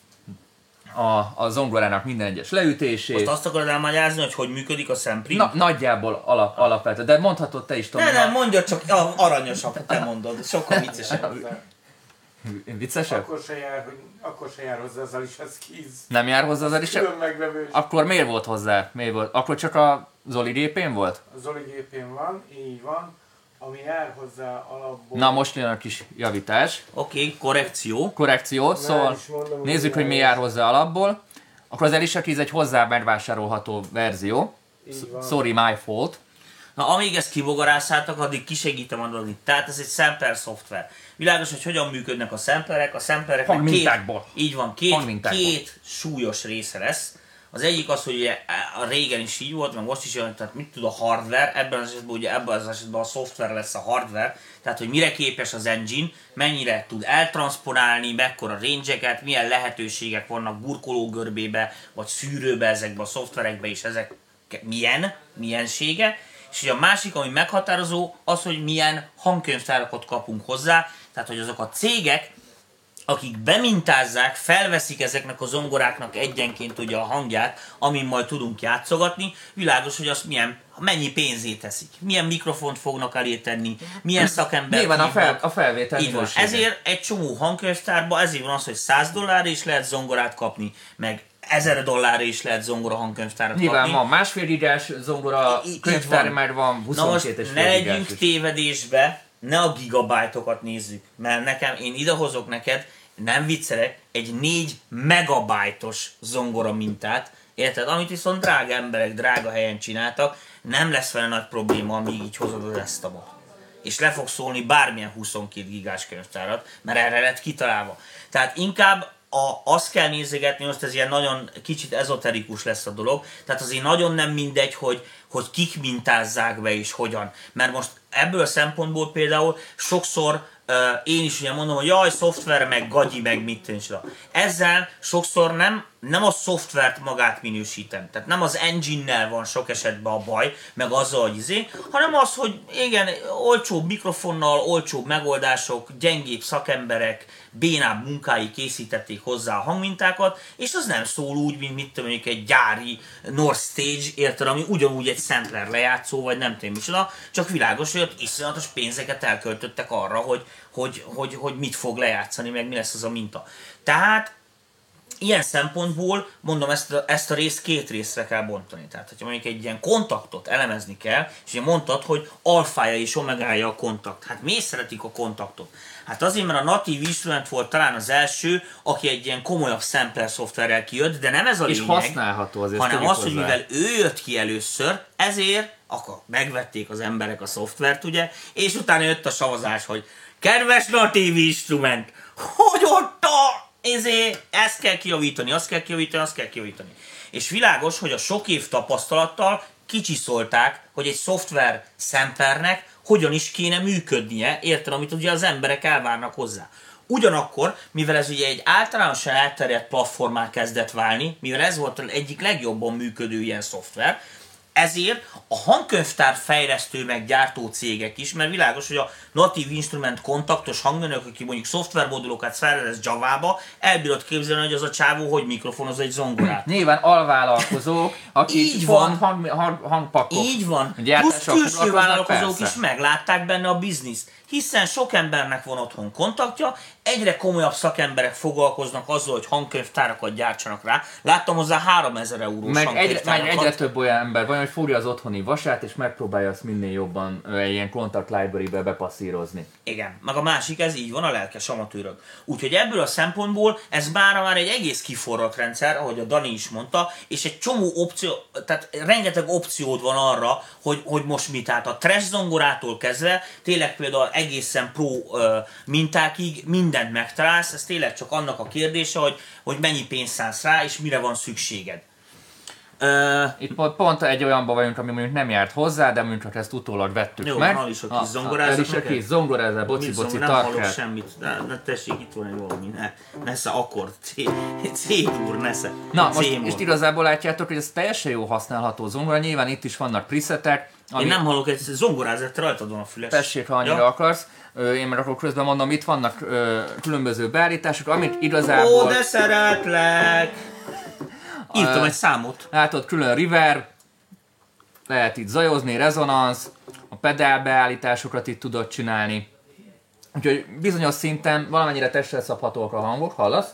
a zongorának minden egyes leütését. Most azt akarod elmagyarázni, hogy működik a sampling? Nagyjából alapvetően, de mondhatod te is, Tomi. Nem, mondja csak, aranyosabb, te mondod, sokkal viccesebb. Viccesebb? Akkor se jár hozzá az Alicia Keys. Nem jár hozzá az Alicia? Külön megvevős. Akkor miért volt hozzá? Akkor csak a Zoli gépén volt? A Zoli gépén van, így van. Ami jár hozzá alapból... Na most jön a kis javítás. Oké, korrekció. Szóval mondom, nézzük, hogy mi jár hozzá alapból. Akkor az Alicia Keys egy hozzá megvásárolható verzió. Sorry, my fault. Na, amíg ezt kibogarászáltak, addig kisegítem adni. Tehát ez egy sampler szoftver. Világos, hogy hogyan működnek a samplerek. A samplereknek két súlyos része lesz. Az egyik az, hogy ugye, a régen is így volt, meg most is olyan, tehát mit tud a hardware, ebben az esetben a szoftver lesz a hardware, tehát hogy mire képes az engine, mennyire tud eltranszponálni, mekkora range-eket, milyen lehetőségek vannak burkológörbébe, vagy szűrőbe ezekbe a szoftverekbe, és ezek miensége. És ugye a másik, ami meghatározó, az, hogy milyen hangkönyvtárakat kapunk hozzá, tehát hogy azok a cégek, akik bemintázzák, felveszik ezeknek a zongoráknak egyenként ugye a hangját, amin majd tudunk játszogatni, világos, hogy azt mennyi pénzét teszik, milyen mikrofont fognak elé tenni, milyen szakember. Nyilván a felvétel minősége. Ezért egy csomó hangkönyvtárban, ezért van az, hogy $100 is lehet zongorát kapni, meg $1000 is lehet zongora hangkönyvtárat kapni. Nyilván van másfél gigás zongora könyvtár, mert van 22,5 Na most ne legyünk tévedésbe, ne a gigabájtokat nézzük, mert én idehozok neked, nem viccelek, egy 4 megabájtos zongora mintát, érted? Amit viszont drága emberek drága helyen csináltak, nem lesz vele nagy probléma, amíg így hozod az esztamot. És le fog szólni bármilyen 22 gigás könyvtárat, mert erre lett kitalálva. Tehát inkább azt kell nézegetni, most ez ilyen nagyon kicsit ezoterikus lesz a dolog, tehát azért nagyon nem mindegy, hogy kik mintázzák be és hogyan. Mert most ebből a szempontból például sokszor én is ugye mondom, hogy jaj, szoftver, meg gagyi, meg mit tűncsa. Ezzel sokszor nem a szoftvert magát minősítem. Tehát nem az engine-nel van sok esetben a baj, meg azzal, hogy hanem az, hogy igen, olcsóbb mikrofonnal, olcsóbb megoldások, gyengébb szakemberek, bénább munkái készítették hozzá a hangmintákat, és az nem szól úgy, mint mit tudom, egy gyári North Stage, érted, ami ugyanúgy egy sampler lejátszó, vagy nem tudom micsoda, csak világos, hogy ott iszonyatos pénzeket elköltöttek arra, hogy mit fog lejátszani, meg mi lesz az a minta. Tehát ilyen szempontból, mondom, ezt a részt két részre kell bontani. Tehát, hogyha mondjuk egy ilyen kontaktot elemezni kell, és ugye mondtad, hogy alfája és omegája a kontakt. Hát miért szeretik a kontaktot? Hát azért, mert a Native Instrument volt talán az első, aki egy ilyen komolyabb sampler szoftverrel kijött, de nem ez a lényeg, és használható azért, hanem az, hogy mivel ő jött ki először, ezért akkor megvették az emberek a szoftvert, ugye, és utána jött a savazás, hogy kedves Native Instrument, hogy ott ezt kell kijavítani, azt kell kijavítani. És világos, hogy a sok év tapasztalattal kicsiszolták, hogy egy szoftver samplernek hogyan is kéne működnie, érted, amit ugye az emberek elvárnak hozzá. Ugyanakkor, mivel ez ugye egy általánosan elterjedt platformán kezdett válni, mivel ez volt az egyik legjobban működő ilyen szoftver, ezért a hangkönyvtár fejlesztő meg gyártó cégek is, mert világos, hogy a Native Instrument kontaktos hangmérnök, aki mondjuk szoftvermodulokat szervez Java-ba, elbírod képzelni, hogy az a csávó hogy mikrofonoz egy zongorát. Nyilván alvállalkozók, akik hangpakok. Így van. Plusz külső vállalkozók is meglátták benne a bizniszt. Hiszen sok embernek van otthon kontaktja, egyre komolyabb szakemberek foglalkoznak azzal, hogy hangkönyvtárakat gyártsanak rá. Láttam hozzá 3000 eurós hangkönyvtárakat. Egyre több olyan ember van, hogy fogja az otthoni vasát, és megpróbálja azt minél jobban egy ilyen contact library-be bepasszírozni. Igen, meg a másik, ez így van, a lelkes amatőrök. Úgyhogy ebből a szempontból ez már egy egész kiforrott rendszer, ahogy a Dani is mondta, és egy csomó opció, tehát rengeteg opciód van arra, hogy most mit. Tehát a trash zongorától kezdve, tényleg például egészen pro mintákig mindent megtalálsz, ez tényleg csak annak a kérdése, hogy mennyi pénzt szánsz rá, és mire van szükséged. Itt pont egy olyanban vagyunk, ami mondjuk nem járt hozzá, de mondjuk ezt utólag vettük jó, meg. Jó, is a kis zongorázat. Ez is a kis zongorázat, boci nem hallok tarkát. semmit. Ne tessék, itt van egy valami. Nesze akkord. C-dur, nesze. Na, most igazából látjátok, hogy ez teljesen jó használható zongora. Nyilván itt is vannak presetek. Én nem hallok, egy zongorázat rajtad van a füles. Tessék, ha annyira akarsz. Én meg akkor közben mondom, itt vannak különböző beállítások, amit igazából... Ó, de szeretlek! Írtam egy számot. Látod, külön reverb, lehet itt zajozni, rezonansz, a pedál beállításokat itt tudod csinálni. Úgyhogy bizonyos szinten valamennyire testre szabhatóak a hangok, hallasz?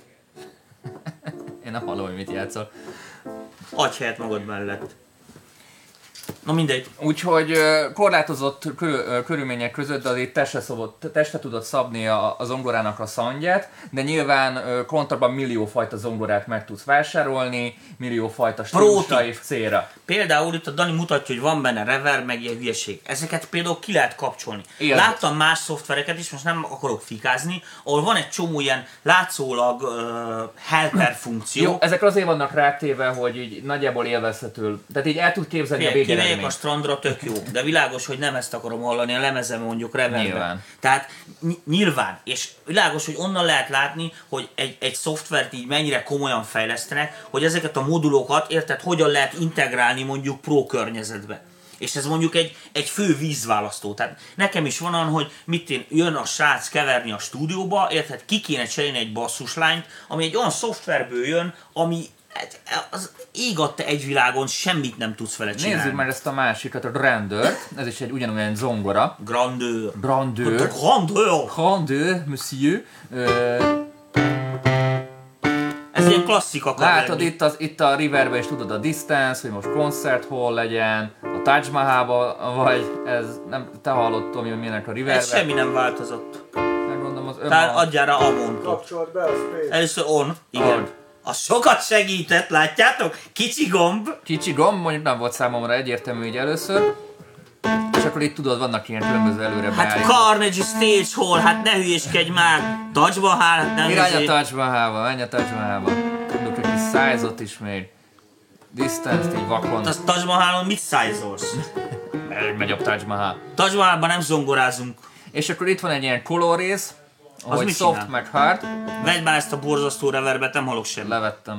Én nem hallom, hogy mit játszol. Adj helyet magad mellett. Na mindegy. Úgyhogy korlátozott körülmények között, de azért testre tudod szabni a zongorának a szandját, de nyilván kontrabban milliófajta zongorát meg tudsz vásárolni, milliófajta stílusra és célra. Például itt a Dani mutatja, hogy van benne reverb, meg ilyen hülyeség. Ezeket például ki lehet kapcsolni. Láttam más szoftvereket is, most nem akarok fikázni, ahol van egy csomó ilyen látszólag helper funkció. Jó, ezek azért vannak rátéve, hogy így nagyjából élvezhető. Tehát így el tud képzelni a végeredményt. A strandra tök jó, de világos, hogy nem ezt akarom hallani a lemezem mondjuk reverbben. Tehát nyilván, és világos, hogy onnan lehet látni, hogy egy szoftvert így mennyire komolyan fejlesztenek, hogy ezeket a modulokat, érted, hogyan lehet integrálni mondjuk pro környezetbe. És ez mondjuk egy fő vízválasztó. Tehát nekem is van olyan, hogy jön a srác keverni a stúdióba, érted, ki kéne cserélni egy basszuslányt, ami egy olyan szoftverből jön, ami az ég adta egy világon, semmit nem tudsz vele csinálni. Nézzük meg ezt a másikat, a Grandeur, ez is egy ugyanolyan zongora. Grandeur, monsieur. Ez ilyen klasszika. Látod, itt a reverbben is tudod a distance, hogy most concert hall legyen, a Taj Mahalba, vagy ez nem, te hallottad, hogy milyenek a reverb. Ez semmi nem változott. Megmondom az tehát adjál rá a montot. Kapcsolt be a space. Először on, igen. Az sokat segített, látjátok? Kicsi gomb. Kicsi gomb, mondjuk nem volt számomra egyértelmű így először. És akkor itt tudod, vannak ilyen különböző előre Hát Carnegie Stage Hall, hát ne hülyéskedj már! Taj Mahal, hát nem irány a Taj Mahalba, menj a Taj Mahalba. Tudok egy kis size-ot is még. Distance-t így vakon. Az Taj Mahalon mit size-olsz? Megy a Taj Mahal. Taj Mahalban nem zongorázunk. És akkor itt van egy ilyen color rész, ahogy soft csinál? Meg hard. Vedd már ezt a borzasztó reverbet, nem hallok semmit. Levettem.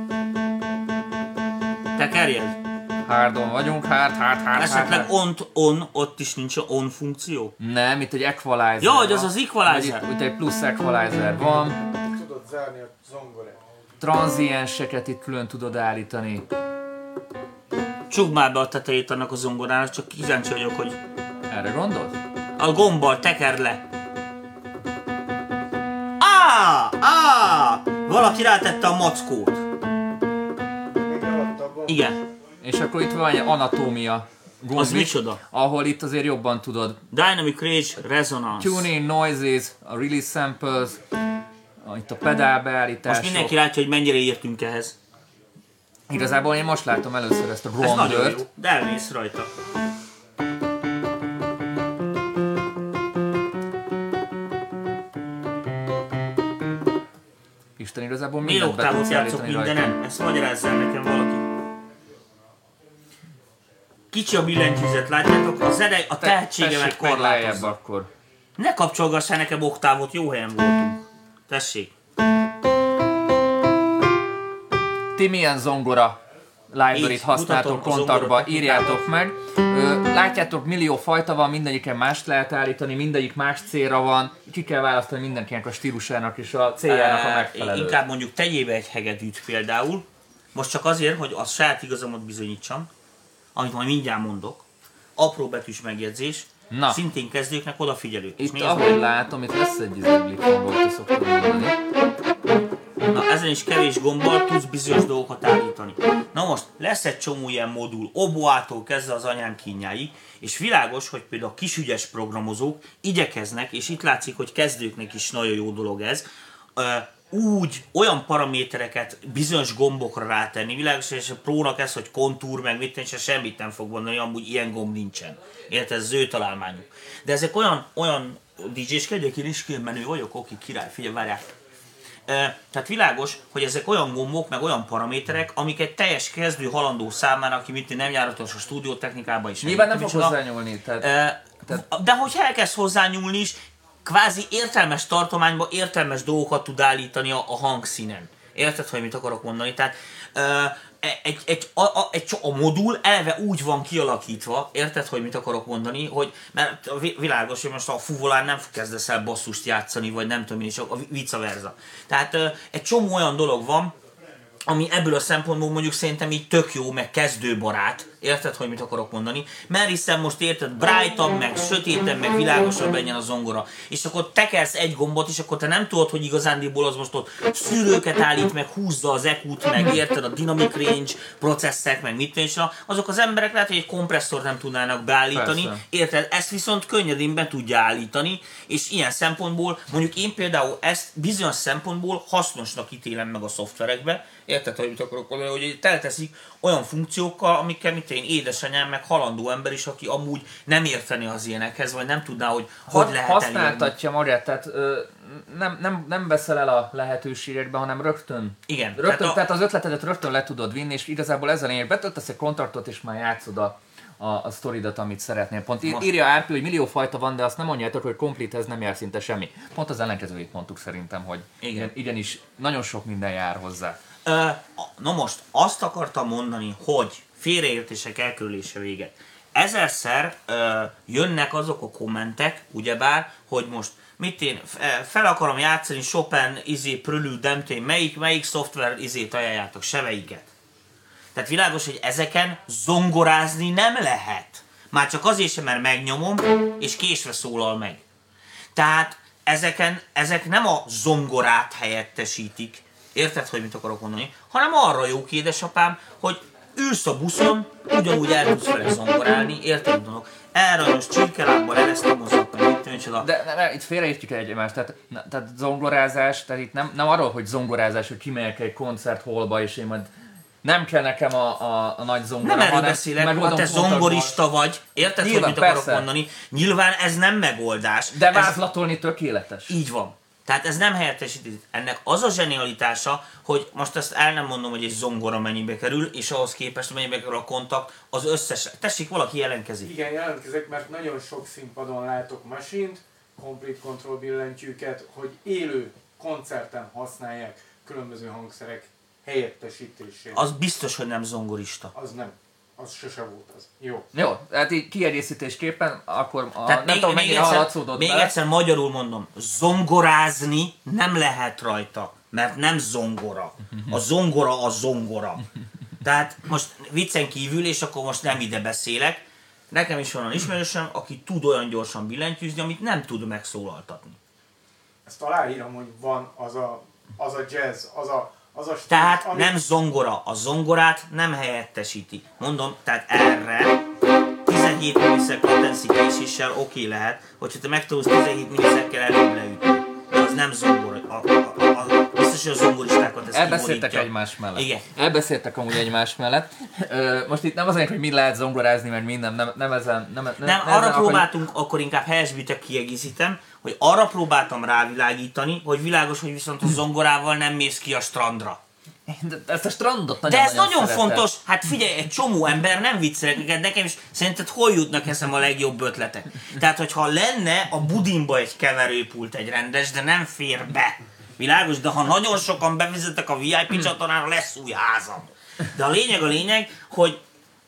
Tekerjed? Hardon vagyunk, hard. Esetleg on, ott is nincs on funkció? Nem, itt egy equalizer. Ja, hogy az az equalizer. Itt egy plusz equalizer van. Tudod zárni a zongorát. Tranzienseket itt külön tudod állítani. Csukd már be a tetejét annak a zongorának, csak kíváncsi vagyok, hogy... Erre gondolsz? A gombbal tekerd le. Valaki rátette a mackót. Igen. És akkor itt van egy anatómia gomb. Az micsoda? Ahol itt azért jobban tudod. Dynamic Range Resonance. Tuning, noises, a release samples, itt a pedál beállítások. Most mindenki látja, hogy mennyire értünk ehhez. Igazából én most látom először ezt a Ez nagyon Grandeur-t. jó, de elmész rajta. Isten, igazából Milyen mindent be oktávot tudsz játszok állítani rajta. mindenen? Ezt magyarázzál nekem valaki. Kicsi a billentyűzet, látjátok? A tehetségemet korlátozza. Akkor. Ne kapcsolgassál nekem oktávot, jó helyen voltunk. Tessék. Ti milyen zongora library-t használtok kontaktba, írjátok meg. Látjátok, millió fajta van, mindegyiken mást lehet állítani, mindegyik más célra van, ki kell választani mindenkinek a stílusának és a céljának a megfelelő. Inkább mondjuk tegyébe egy hegedűt például, most csak azért, hogy a saját igazamat bizonyítsam, amit majd mindjárt mondok. Apró betűs megjegyzés. Na. Szintén kezdőknek odafigyelők. Itt ahogy látom, itt lesz egy izéglikon, te szoktad mondani. Na, ezen is kevés gombbal tudsz bizonyos dolgokat állítani. Na most, lesz egy csomó ilyen modul, Oboától kezdve az anyám kínjáig, és világos, hogy például a kisügyes programozók igyekeznek, és itt látszik, hogy kezdőknek is nagyon jó dolog ez, úgy olyan paramétereket bizonyos gombokra rátenni, világos, és a prónak ez, hogy kontúr, meg mit és semmit nem fog mondani, amúgy ilyen gomb nincsen. Érted, ez az ő találmányuk. De ezek olyan DJ-skedjek, én is menő vagyok, oké, király, figyelj, várjál. Tehát világos, hogy ezek olyan gombok, meg olyan paraméterek, amik egy teljes kezdő halandó számára, aki mit nem járatos a stúdiótechnikában is. Nyilván nem fog hozzányúlni. De hogyha elkezd hozzányúlni is, kvázi értelmes tartományban értelmes dolgokat tud állítani a hangszínen. Érted, hogy mit akarok mondani? Tehát a modul eleve úgy van kialakítva, érted, hogy mit akarok mondani, hogy mert világos, hogy most a fuvolán nem kezdesz el basszust játszani, vagy nem tudom én is, a vice versa. Tehát egy csomó olyan dolog van, ami ebből a szempontból mondjuk szerintem így tök jó, meg kezdőbarát. Érted, hogy mit akarok mondani? Mert hiszen most érted, brightabb, meg sötétebb, meg világosabb legyen a zongora. És akkor tekersz egy gombot, és akkor te nem tudod, hogy igazándiból az most ott szűrőket állít, meg húzza az EQ-t, meg érted, a dynamic range processzek, meg mit tűncsön. Azok az emberek lehet, hogy egy kompresszort nem tudnának beállítani. Persze. Érted? Ezt viszont könnyedén be tudja állítani, és ilyen szempontból, mondjuk én például ezt bizonyos szempontból hasznosnak ítélem meg a szoftverekbe. Érted, hogy mit akarok mondani, hogy telteszik olyan funkciókkal, amikkel mint én édesanyám, meg halandó ember is, aki amúgy nem érteni az ilyenekhez, vagy nem tudná, hogy lehet használtatja magát, tehát nem veszel el a lehetőségekbe, hanem rögtön. Igen. Tehát az ötletedet rögtön le tudod vinni, és igazából ezzel lényeg, betöltesz egy kontraktot, és már játszod a sztoridat, amit szeretnél. Pont írja Árpi, hogy millió fajta van, de azt nem mondjátok, hogy komplethez nem jár szinte semmi. Pont az ellenkezőjét mondtuk szerintem, hogy igenis nagyon sok minden jár hozzá. Na most azt akartam mondani, hogy félreértések elkerülése véget. Ezerszer jönnek azok a kommentek, ugyebár, hogy most mit én fel akarom játszani Chopin Prelude, nem tudom, melyik szoftver ajánljátok, seveiket. Tehát világos, hogy ezeken zongorázni nem lehet. Már csak azért sem, mert megnyomom, és késve szólal meg. Tehát ezek nem a zongorát helyettesítik, érted, hogy mit akarok mondani, hanem arra jók, édesapám, hogy ülsz a buszon, ugyanúgy el tudsz vele zongorálni, érted, tudok. Elrajos csirkelábbal eresztem mozogtam, de itt félreértjük egymást, tehát zongorázás, tehát itt nem arról, hogy zongorázás, hogy kimegyek egy koncerthallba, és én majd nem kell nekem a nagy zongora. Nem erről beszélek, ha te zongorista vagy, érted, nyilván, hogy mit akarok mondani, nyilván ez nem megoldás. De vázlatolni tökéletes. Így van. Tehát ez nem helyettesíti. Ennek az a zsenialitása, hogy most ezt el nem mondom, hogy egy zongora mennyibe kerül, és ahhoz képest mennyibe kerül a kontakt, az összes. Tessék, valaki jelentkezik. Igen, jelentkezek, mert nagyon sok színpadon látok masint, complete control billentyűket, hogy élő koncerten használják különböző hangszerek helyettesítésére. Az biztos, hogy nem zongorista. Az nem. Az sose volt az. Jó. Jó, tehát így kiegészítésképpen akkor nem tudom, mennyire hallatszódott még egyszer magyarul mondom, zongorázni nem lehet rajta, mert nem zongora. A zongora a zongora. Tehát most viccen kívül, és akkor most nem ide beszélek, nekem is van olyan ismerősöm, aki tud olyan gyorsan billentyűzni, amit nem tud megszólaltatni. Ezt aláírom, hogy van az a jazz, az a stíl, tehát nem zongora, a zongorát nem helyettesíti. Mondom, tehát erre 17 millisekk latency késéssel oké lehet, hogyha te meg tudsz 17 millisekkel előbb leütni. De az nem zongora. Biztos, hogy a zongoristákat ezt elbeszéltek egymás mellett. Igen. Elbeszéltek amúgy egymás mellett. Most itt nem az hogy mit lehet zongorázni, mert minden, nem ezen... Nem, arra próbáltunk, akkor inkább helyesbítek kiegészítem, hogy arra próbáltam rávilágítani, hogy világos, hogy viszont a zongorával nem mész ki a strandra. De ezt a strandot nagyon. De ez nagyon fontos, hát figyelj, egy csomó ember nem viccelek, nekem is szerinted hol jutnak eszem a legjobb ötletek. Tehát, hogyha lenne a budinba egy keverőpult, egy rendes, de nem fér be. Világos, de ha nagyon sokan bevezetek a VIP csatornára, lesz új házam. De a lényeg, hogy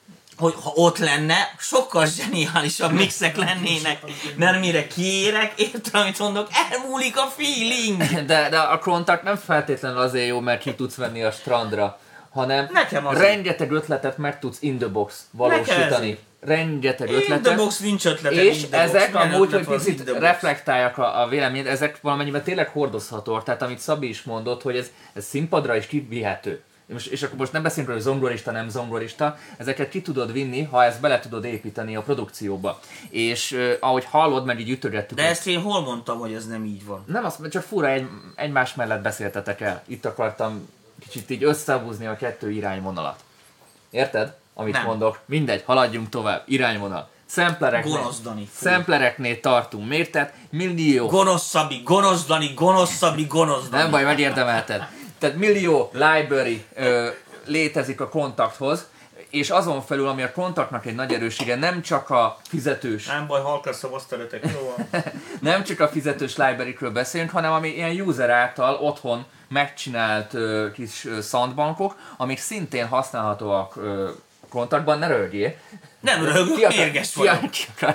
ha ott lenne, sokkal zseniálisabb mixek lennének, mert mire kiérek, értem, amit mondok, elmúlik a feeling. De a kontakt nem feltétlenül azért jó, mert ki tudsz venni a strandra hanem Nekem az rengeteg ötletet meg tudsz in the box valósítani. Rengeteg In ötletet. the box nincs ötleted. És in the box. ezek Milyen amúgy, hogy ötlet van picit in the box? reflektálják a véleményt, ezek valamennyiben tényleg hordozhatóak. Tehát amit Szabi is mondott, hogy ez színpadra is kivihető. És akkor most nem beszélünk, hogy zongorista, nem zongorista, ezeket ki tudod vinni, ha ezt bele tudod építeni a produkcióba. És ahogy hallod, meg így ütögettük. De ezt én hol mondtam, hogy ez nem így van? Nem, azt csak fura, egymás mellett beszéltetek el. Itt akartam kicsit így összehúzni a kettő irányvonalat. Érted? Amit Nem. mondok. Mindegy, haladjunk tovább. Irányvonal. Gonosz Dani. Szemplereknél tartunk. Miért? Tehát millió... Gonosz Szabi, gonosz Dani, gonosz Szabi, gonosz Dani. Nem baj, megérdemelted. Tehát millió library létezik a kontakthoz, és azon felül, ami a kontaktnak egy nagy erőssége, nem csak a fizetős, Nem baj, halkan szavazteretek, jó van. nem csak a fizetős library-kről beszélünk, hanem ami ilyen user által otthon megcsinált kis sandbankok, amik szintén használhatóak kontaktban, ne röhögjél. Nem röhögök, mérges vagyok.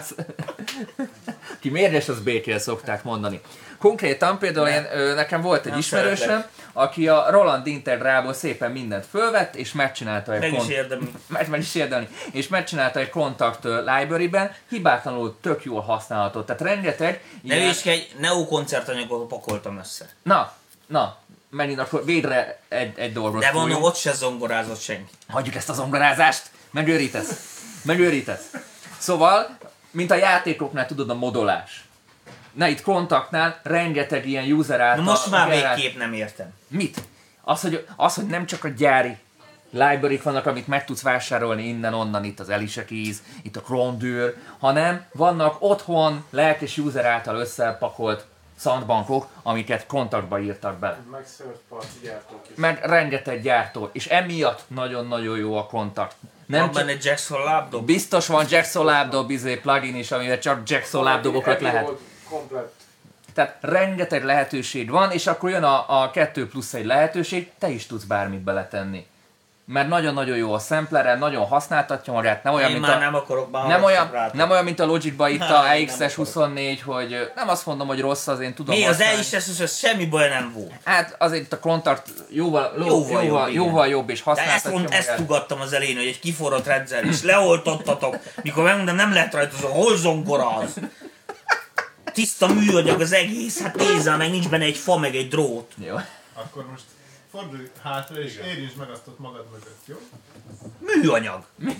Ki mérges, az békére szokták mondani. Konkrétan például nekem volt egy Nem ismerősöm, szeretlek. aki a Roland Integrából szépen mindent fölvett, és megcsinálta egy Meg is érdemli. és megcsinálta egy Contact library-ben, hibátlanul tök jól használható. Tehát rengeteg Ne hülyeskedj, Neo koncertanyagot pakoltam össze. Na, megint akkor végre egy dolgot De mondom, fújunk. ott se zongorázott senki. Hagyjuk ezt a zongorázást, megőrítesz. Szóval, mint a játékoknál tudod a modolás. Na itt kontaktnál rengeteg ilyen user Na által... most már generált- végképp nem értem. Mit? Az, hogy nem csak a gyári library vannak, amit meg tudsz vásárolni innen-onnan, itt az Alicia Keys, itt a Krondür, hanem vannak otthon lelkes user által összepakolt sandbankok, amiket kontaktba írtak be. Meg third party gyártók is. Meg rengeteg gyártó, és emiatt nagyon-nagyon jó a kontakt. Nem Nem van csak, benne Jackson lábdob? biztos van Jackson lábdob plugin is, amivel csak Jackson lábdobokat Epi lehet. volt komplett. Tehát rengeteg lehetőség van, és akkor jön a 2+1 lehetőség, te is tudsz bármit beletenni. Mert nagyon-nagyon jó a samplerrel, nagyon használtatja magát, nem olyan, Én mint már a... nem akarok már Nem olyan, mint a Logicban itt a Nem, nem AXS24, hogy nem azt mondom, hogy rossz, az én tudom Mi az használni. EIS-es, semmi baj nem volt. Hát azért a Kontakt Jóval jobb és De használtatja ezt magát. tugattam az elején, hogy egy kiforrott rendszer, és leoltottatok, mikor megmondom, nem lehet rajta, az hol zongoráz. Tiszta műanyag az egész, hát nézzel meg, nincs benne egy fa, meg egy drót. Jó. Akkor most fordulj hátra és érintsd meg azt ott magad mögött, jó? Műanyag.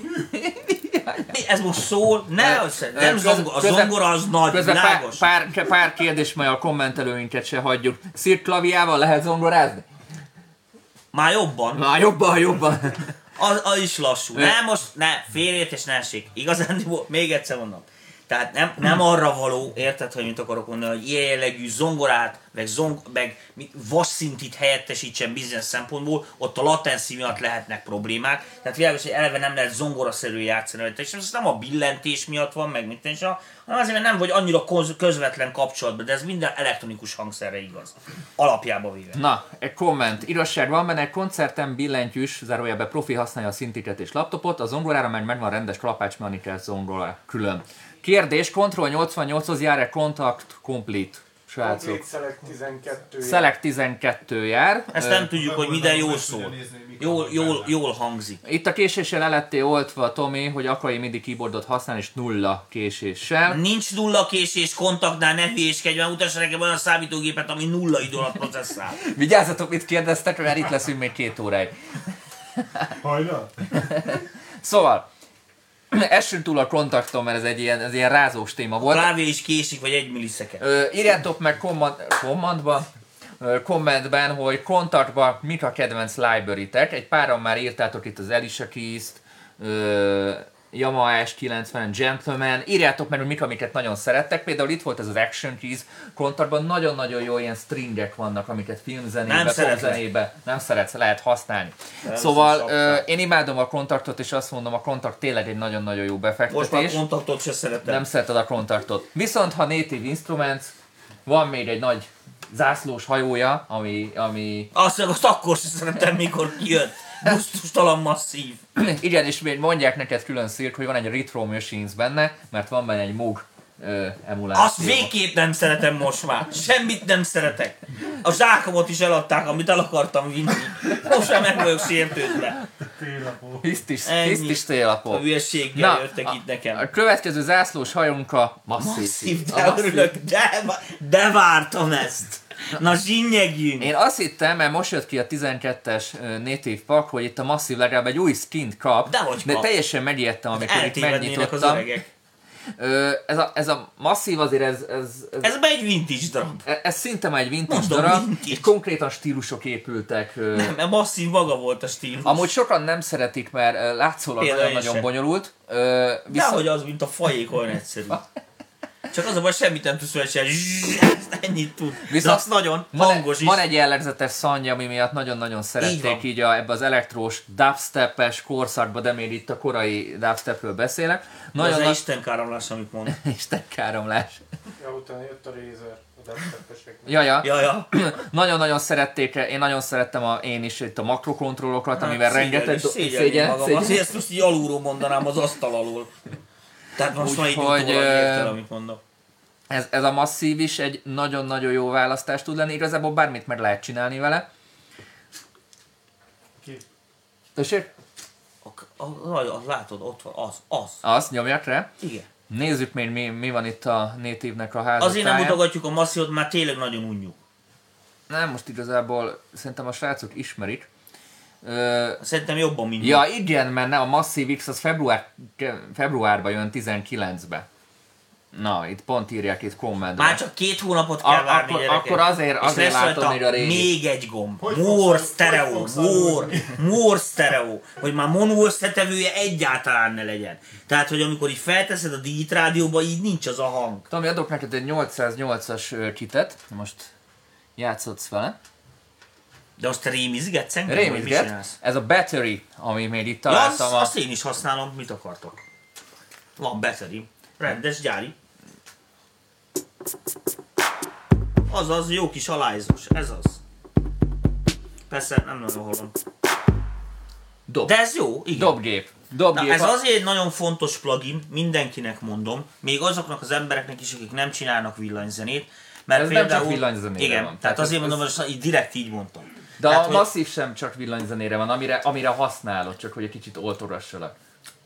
Ez most szól? Nem zongora, a zongora az nagy, Közben világos. pár kérdés, majd a kommentelőinket se hagyjuk. Szirk klaviával lehet zongorázni? Már jobban. Na, jobban. Az is lassú. Nem most, félreértés ne essék. Igazán, még egyszer mondom. Tehát nem arra való, érted, hogy mit akarok mondani, hogy ilyen jellegű zongorát, meg vasszintit helyettesítsen bizonyos szempontból, ott a latency miatt lehetnek problémák. Tehát világos, hogy eleve nem lehet zongoraszerű játszani rajta, és ez nem a billentés miatt van, meg mint is, hanem azért, mert nem vagy annyira közvetlen kapcsolatban, de ez minden elektronikus hangszerre igaz. Alapjába véve. Na, egy komment. Igazság van benne, egy koncerten billentyűs, zárójelben profi használja a szintiket és laptopot, a zongorára meg megvan rendes kalapácsmechanikás zongora külön. Kérdés, Control 88-hoz jár-e Contact Complete? Srácok. Complete Select 12. Select 12 jár. Ezt nem tudjuk, hogy minden jól Meg szól. tudja nézni, mikor Jól hangzik. Itt a késéssel el lettél oltva, Tomi, hogy akarai MIDI keyboardot használni, és nulla késéssel. Nincs nulla késés kontaktnál, ne hülyéskedj, mert mutassa nekem olyan számítógépet, ami nulla idő alatt processzál. Vigyázzatok, mit kérdeztek, mert itt leszünk még 2 óráig. Hajnal? Szóval, essünk túl a kontakton, mert ez egy ilyen rázós téma A volt. klávé is késik, vagy 1 millisekund. Írjátok meg kommentben, hogy kontaktban mik a kedvenc library-tek. Egy páran már írtátok itt az Alicia Keys-t, Yamaha S90, Gentleman. Írjátok meg, hogy mik, amiket nagyon szerettek. Például itt volt ez az Action Keys. Kontaktban nagyon-nagyon jó ilyen stringek vannak, amiket filmzenébe, popzenébe nem szeretsz, lehet használni. Szóval én imádom a kontaktot, és azt mondom, a kontakt tényleg egy nagyon-nagyon jó Most már befektetés. kontaktot se szeretem. Nem szereted a kontaktot. Viszont ha Native Instruments, van még egy nagy zászlós hajója, ami Azt akkor se szeretem, mikor kijött. Gusztustalan masszív. igen, és még mondják neked külön Szirk, hogy van egy Retro Machines benne, mert van benne egy Moog emuláció. Azt végképp nem szeretem most már. Semmit nem szeretek. A zsákomot is eladták, amit el akartam vinni. Most már meg vagyok sértődve. Hisztis télapó. A hülyeséggel jöttek itt nekem. A következő zászlós hajunk a Masszív, de örülök, de vártam ezt. Na zsinyegjünk! Én azt hittem, mert most jött ki a 12-es Native Pack, hogy itt a Massive legalább egy új skint kap, de teljesen megijedtem, amikor itt megnyitottam. Ez a Massive azért ez egy vintage darab. Ez szinte már egy vintage darab, és konkrétan stílusok épültek. Nem, mert Massive maga volt a stílus. Amúgy sokan nem szeretik, mert látszólag nagyon bonyolult. Dehogy az, mint a fajék, olyan egyszerű. Csak az a baj, semmit nem tudsz vele csinálni. Ennyit tud. Viszont az nagyon hangos is. Van egy jellegzetes szanja, ami miatt nagyon-nagyon szerették így ebbe az elektrós dubstep-es korszakba, de még itt a korai dubstepről beszélek. Nagyon az istenkáromlás, amit mond. Istenkáromlás. Ja, utána jött a Razer, a dubstep-esek. Ja. Nagyon-nagyon szerették, én nagyon szerettem én is itt a makrokontrollokat, amivel rengeteg... Szégyellem magam, azért ezt most így alulról mondanám az asztal alól. Tehát most már így értel, amit mondok. Ez a Massive is egy nagyon-nagyon jó választás tud lenni, igazából bármit meg lehet csinálni vele. Ki? Tessék? Látod, ott van, az. Azt nyomjak rá? Igen. Nézzük még mi van itt a Native-nek a házatáján. Azért nem mutogatjuk a Massive-ot, már tényleg nagyon unjuk. Nem, most igazából szerintem a srácok ismerik. Szerintem jobban, mint ja, igen, mert a Massive X az februárban jön 19-be. Na, itt pont írják itt kommentben. Már csak 2 hónapot kell várni, gyerekek. Akkor azért látom még a régi. Még egy gomb. More stereo. Hogy már mono összetevője egyáltalán ne legyen. Tehát, hogy amikor így felteszed a Digit rádióba, így nincs az a hang. Tomi, adok neked egy 808-as kitet. Most játszodsz vele. De azt te rémizgetsz engem? Rémizget. Ez a battery, ami még itt találtam. Ja, azt én is használom. Mit akartok? Van battery. Rendes, gyári. Azaz, jó kis alályzós. Ez az. Persze, nem nagyon hallom. De ez jó, igen. Dobgép. Na, ez azért egy nagyon fontos plugin, mindenkinek mondom. Még azoknak az embereknek is, akik nem csinálnak villanyzenét. Mert ez például, nem csak villanyzenére igen, van. Tehát azért mondom, hogy így direkt így mondtam. De tehát, a Massive sem csak villanyzenére van, amire használod, csak hogy egy kicsit oltorassalak.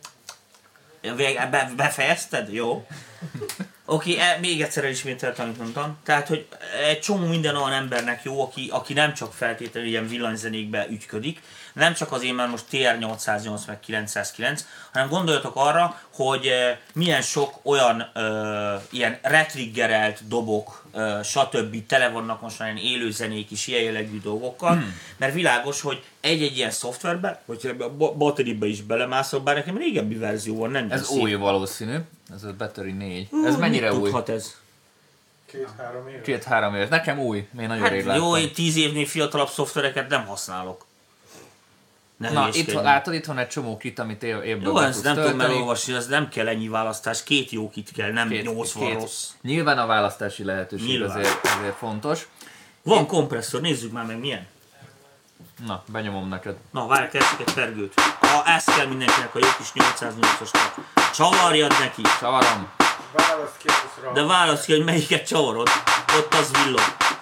Befejezted? Jó. Oké, még egyszer elismételtem, amit mondtam. Tehát, hogy egy csomó minden olyan embernek jó, aki nem csak feltétlenül ilyen villanyzenékbe ügyködik, nem csak azért, mert most TR-808 meg 909, hanem gondoljatok arra, hogy milyen sok olyan ilyen retriggerelt dobok, stb. Tele vannak most már ilyen élőzenék is, ilyen jellegű dolgokkal, mert világos, hogy egy-egy ilyen szoftverbe, vagy ebbe a batteribe is belemászol, bár nekem régebbi verzió van, nem ez új valószínű, ez a Battery 4. Ez mennyire új? Tudhat ez? 2-3 éves. 2-3 éves. Nekem új, még nagyon rég láttam. Jó, én 10 évnél fiatalabb szoftvereket nem használok. Na, itt van egy csomó kit, amit évben jó, ezt nem tudom elolvasni, ez nem kell ennyi választás, 2 jó kit kell, nem 80 rossz. Nyilván a választási lehetőség azért fontos. Van kompresszor, nézzük már meg milyen. Na, benyomom neked. Na, várj, keresek egy pergőt. Ezt kell mindenkinek, a jó kis 808-osnak. Csavarjad neki. Csavarom. Válasz ki azra. De válasz ki, hogy melyiket csavarod. Ott az villog.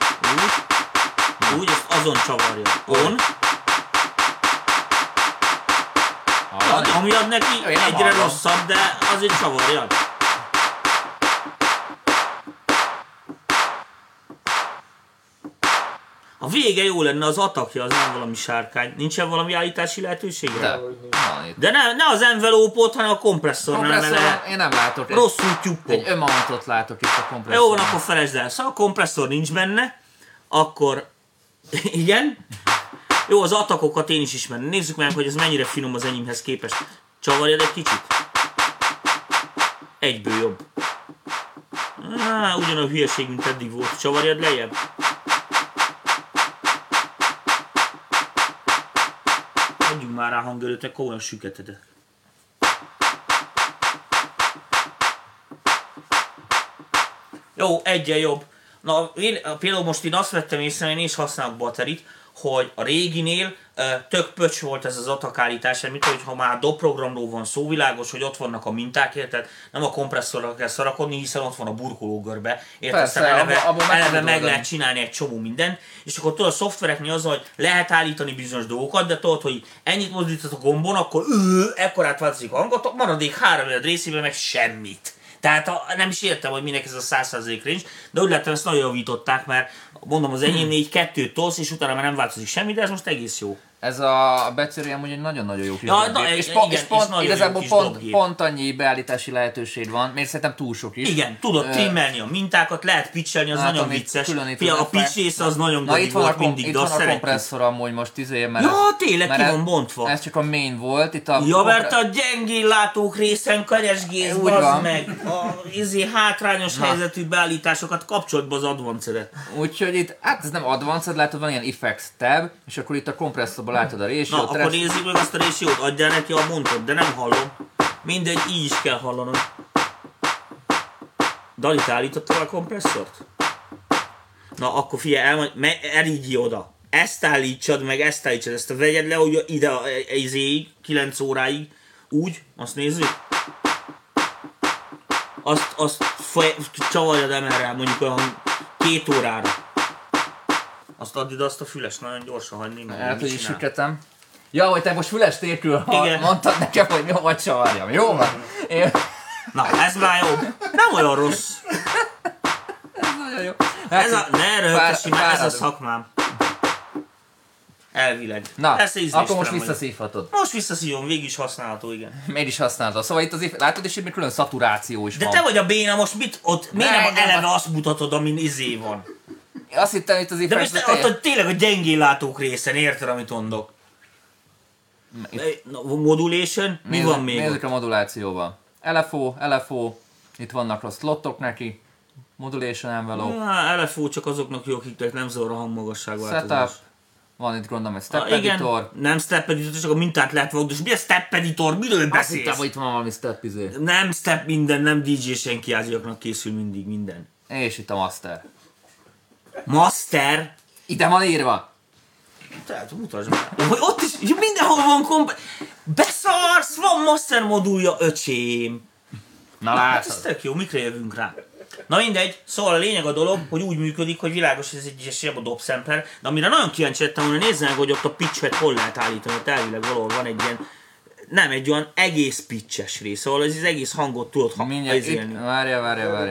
Úgy, azt azon csavarjad. On. Ami ad neki egyre rosszabb, de azért csavarjad. A vége jó lenne, az atakja, az nem valami sárkány. Nincsen valami állítási lehetősége? De ne az envelope-ot, hanem a kompresszornál. Én nem látok. Rosszul tyuppog. Egy ömantot látok itt a kompresszornál. Jó, akkor felejtsd el. Szóval a kompresszor nincs benne, akkor igen. Jó, az atakokat én is ismerem. Nézzük meg, hogy ez mennyire finom az enyémhez képest. Csavarjad egy kicsit. Egyből jobb. Ugyan a hülyeség, mint eddig volt. Csavarjad lejjebb. Adjunk már rá hangerőt, akkor olyan süketedek. Jó, egyen jobb. Na, például most én azt vettem észre, én is használok batterit, hogy a réginél tök pöcs volt ez az attakállítás, mint hogyha már dobprogramról van szó, világos, hogy ott vannak a minták, érted? Nem a kompresszorra kell szarakodni, hiszen ott van a burkológörbe, érted? Persze, eleve meg lehet csinálni egy csomó mindent, és akkor tudod a szoftvereknél az, hogy lehet állítani bizonyos dolgokat, de tudod, hogy ennyit mozdítasz a gombon, akkor ekkorát változik a hangot, maradék 3 részében meg semmit. Tehát nem is értem, hogy minek ez a 100% range, de úgy láttam, ezt nagyon javították, mert mondom, az enyémnél így 2 tolsz, és utána már nem változik semmi, de ez most egész jó. Ez a Beceri amúgy egy nagyon-nagyon jó kis igazából pont annyi beállítási lehetőség van, mert szerintem túl sok is. Igen, tudod trimmelni a mintákat, lehet pitchelni, az nagyon vicces. A pitch része az nagyon gabi volt mindig, de azt szeretjük. Itt van a kompresszor amúgy most mert ja, tényleg ki van bontva. Ez csak a main volt. Itt mert a gyengén látók részen keresgész, bazd meg. A hátrányos helyzetű beállításokat kapcsolt be az advanced-et. Úgyhogy itt, hát ez nem advanced, látod, van ilyen effects tab, és akkor itt a kompresszorban látod a ratio-t. Na, akkor nézzük meg azt a ratio-t, adjál neki a montot, de nem hallom. Mindegy, így is kell hallanod. Dali, te állítottál a kompresszort? Na, akkor figyelj, elígyj oda. Ezt állítsad, meg ezt állítsad, ezt vegyed le, hogy ide izéig, 9 óráig. Úgy, azt nézzük. Azt csavarjad emelre, mondjuk olyan 2 órára. Azt add ide azt a füles, nagyon gyorsan hagyni meg. Hát, hogy is süketem. Ja, hogy te most füles nélkül mondtad nekem, hogy hova csavarjam. Jó van? Na, ez már jó. Nem olyan rossz. Ez nagyon jó. Hát, ne röhögtessi már, ez a szakmám. Elvileg. Na, akkor most visszaszívhatod. Most visszaszívom, végig is használható, igen. Miért is használható? Szóval itt látod, és itt külön szaturáció is de van. De te vagy a béna, most mit ott, miért nem eleve azt mutatod, amin izé van? Azt hittem, itt az de most ott tényleg a gyengén látók részen, érted, amit mondok? Modulation, mi van még? Nézzük a modulációban. LFO, itt vannak a slottok neki. Modulation envelope. LFO csak azoknak jó, akiknek nem zavar a hangmagasságváltozás. Setup. Van itt gondolom egy step editor. Igen, nem step editor, csak a mintát lehet fogni. És mi a step editor? Miről beszélsz? Azt hittem, hogy itt van valami step izé. Nem step minden, nem DJ senki áziaknak készül mindig minden. És itt a master. Master? Ide van írva. Tehát mutasd már. Hogy ott is, mindenhol van beszarsz, van master modulja, öcsém. Na látod. Hát ez tök jó, mikre jövünk rá? Na mindegy, szóval a lényeg a dolog, hogy úgy működik, hogy világos, hogy ez egy ilyen dobszemper, de amire nagyon kíváncsi lettem volna, nézzen meg, hogy ott a pitchet hol lehet állítani, ott elvileg valahol van egy ilyen, nem egy olyan egész pitches rész, szóval ez az egész hangot tudod élni. Várja.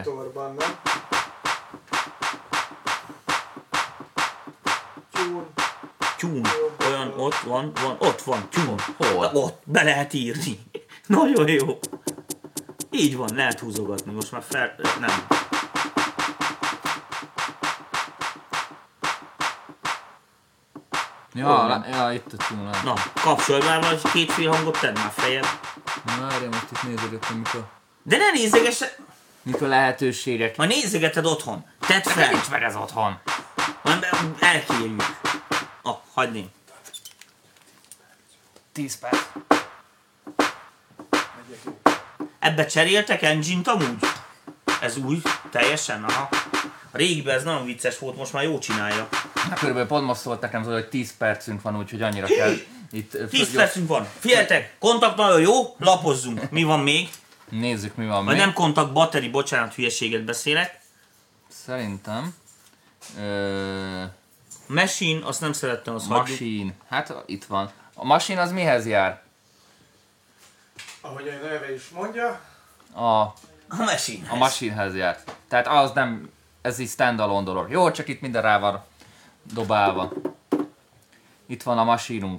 Tune. Olyan, ott van, tune. Hol? Ott, be lehet írni. Nagyon jó. Így van, lehet húzogatni, most már nem. Ja, itt a tune. Na, kapcsolj már, vagy 2 fél hangot tedd már feljebb. Várja, most itt nézegetem, mikor... De ne nézegesse! Mik a lehetőségek? Majd nézegeted otthon. Tedd fel. Nincs meg ez otthon. Majd elkérjük. Hagyném. 10 perc. Ebbe cseréltek engine-t amúgy? Ez új? Teljesen? Aha. A régiben ez nagyon vicces volt, most már jó csinálja. Hát körülbelül pont most szólt nekem, hogy 10 percünk van, úgyhogy annyira kell itt... 10 percünk van. Figyeljetek, kontakt nagyon jó, lapozzunk. Mi van még? Nézzük, mi van még. Nem kontakt, batteri, bocsánat, hülyeséget beszélek. Szerintem... Machine, azt nem szerettem, azt hagyjuk. Machine, hát itt van. A machine az mihez jár? Ahogy a neve is mondja. A machinehez. A machinehez jár. Tehát az nem, ez így standalone dolog. Jó, csak itt minden rá van dobálva. Itt van a machine-unk.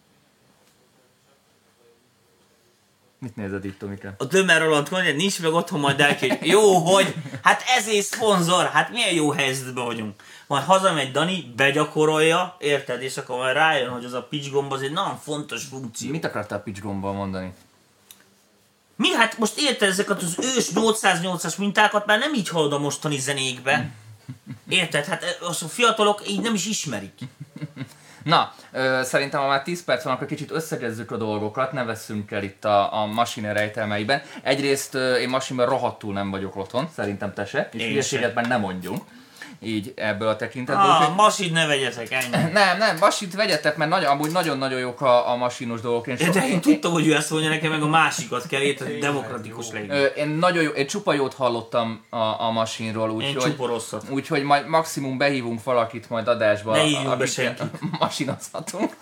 Mit nézed itt, Tomike? A Dömer Roland mondja, nincs meg otthon, majd elkérjük. Jó, hogy? Hát ezért szponzor, hát milyen jó helyzetben vagyunk. Majd hazamegy Dani, begyakorolja, érted? És akkor majd rájön, hogy az a pitch gomb az egy nagyon fontos funkció. Mit akartál pitch gombbal mondani? Mi? Hát most érted, ezeket az ős 808-as mintákat már nem így hallod a mostani zenékbe. Érted? Hát a fiatalok így nem is ismerik. Na, szerintem ha már 10 perc van, akkor kicsit összegezzük a dolgokat, ne vesszünk el itt a machine rejtelmeiben. Egyrészt én machine-ben rohadtul nem vagyok otthon, szerintem te se, és hülyeséget már nem mondjunk. így ebből a tekintetből. Masin ne vegyetek, ennyi. Nem, masint vegyetek, mert amúgy nagyon-nagyon jók a masinos dolgok. De én tudtam, hogy ő ezt mondja, nekem meg a másikat kell érteni, demokratikus legyen. Én csupa jót hallottam a masinról, Én csupa rosszat. úgyhogy majd maximum behívunk valakit majd adásba, Ne hívjunk be senkit. Masinozhatunk.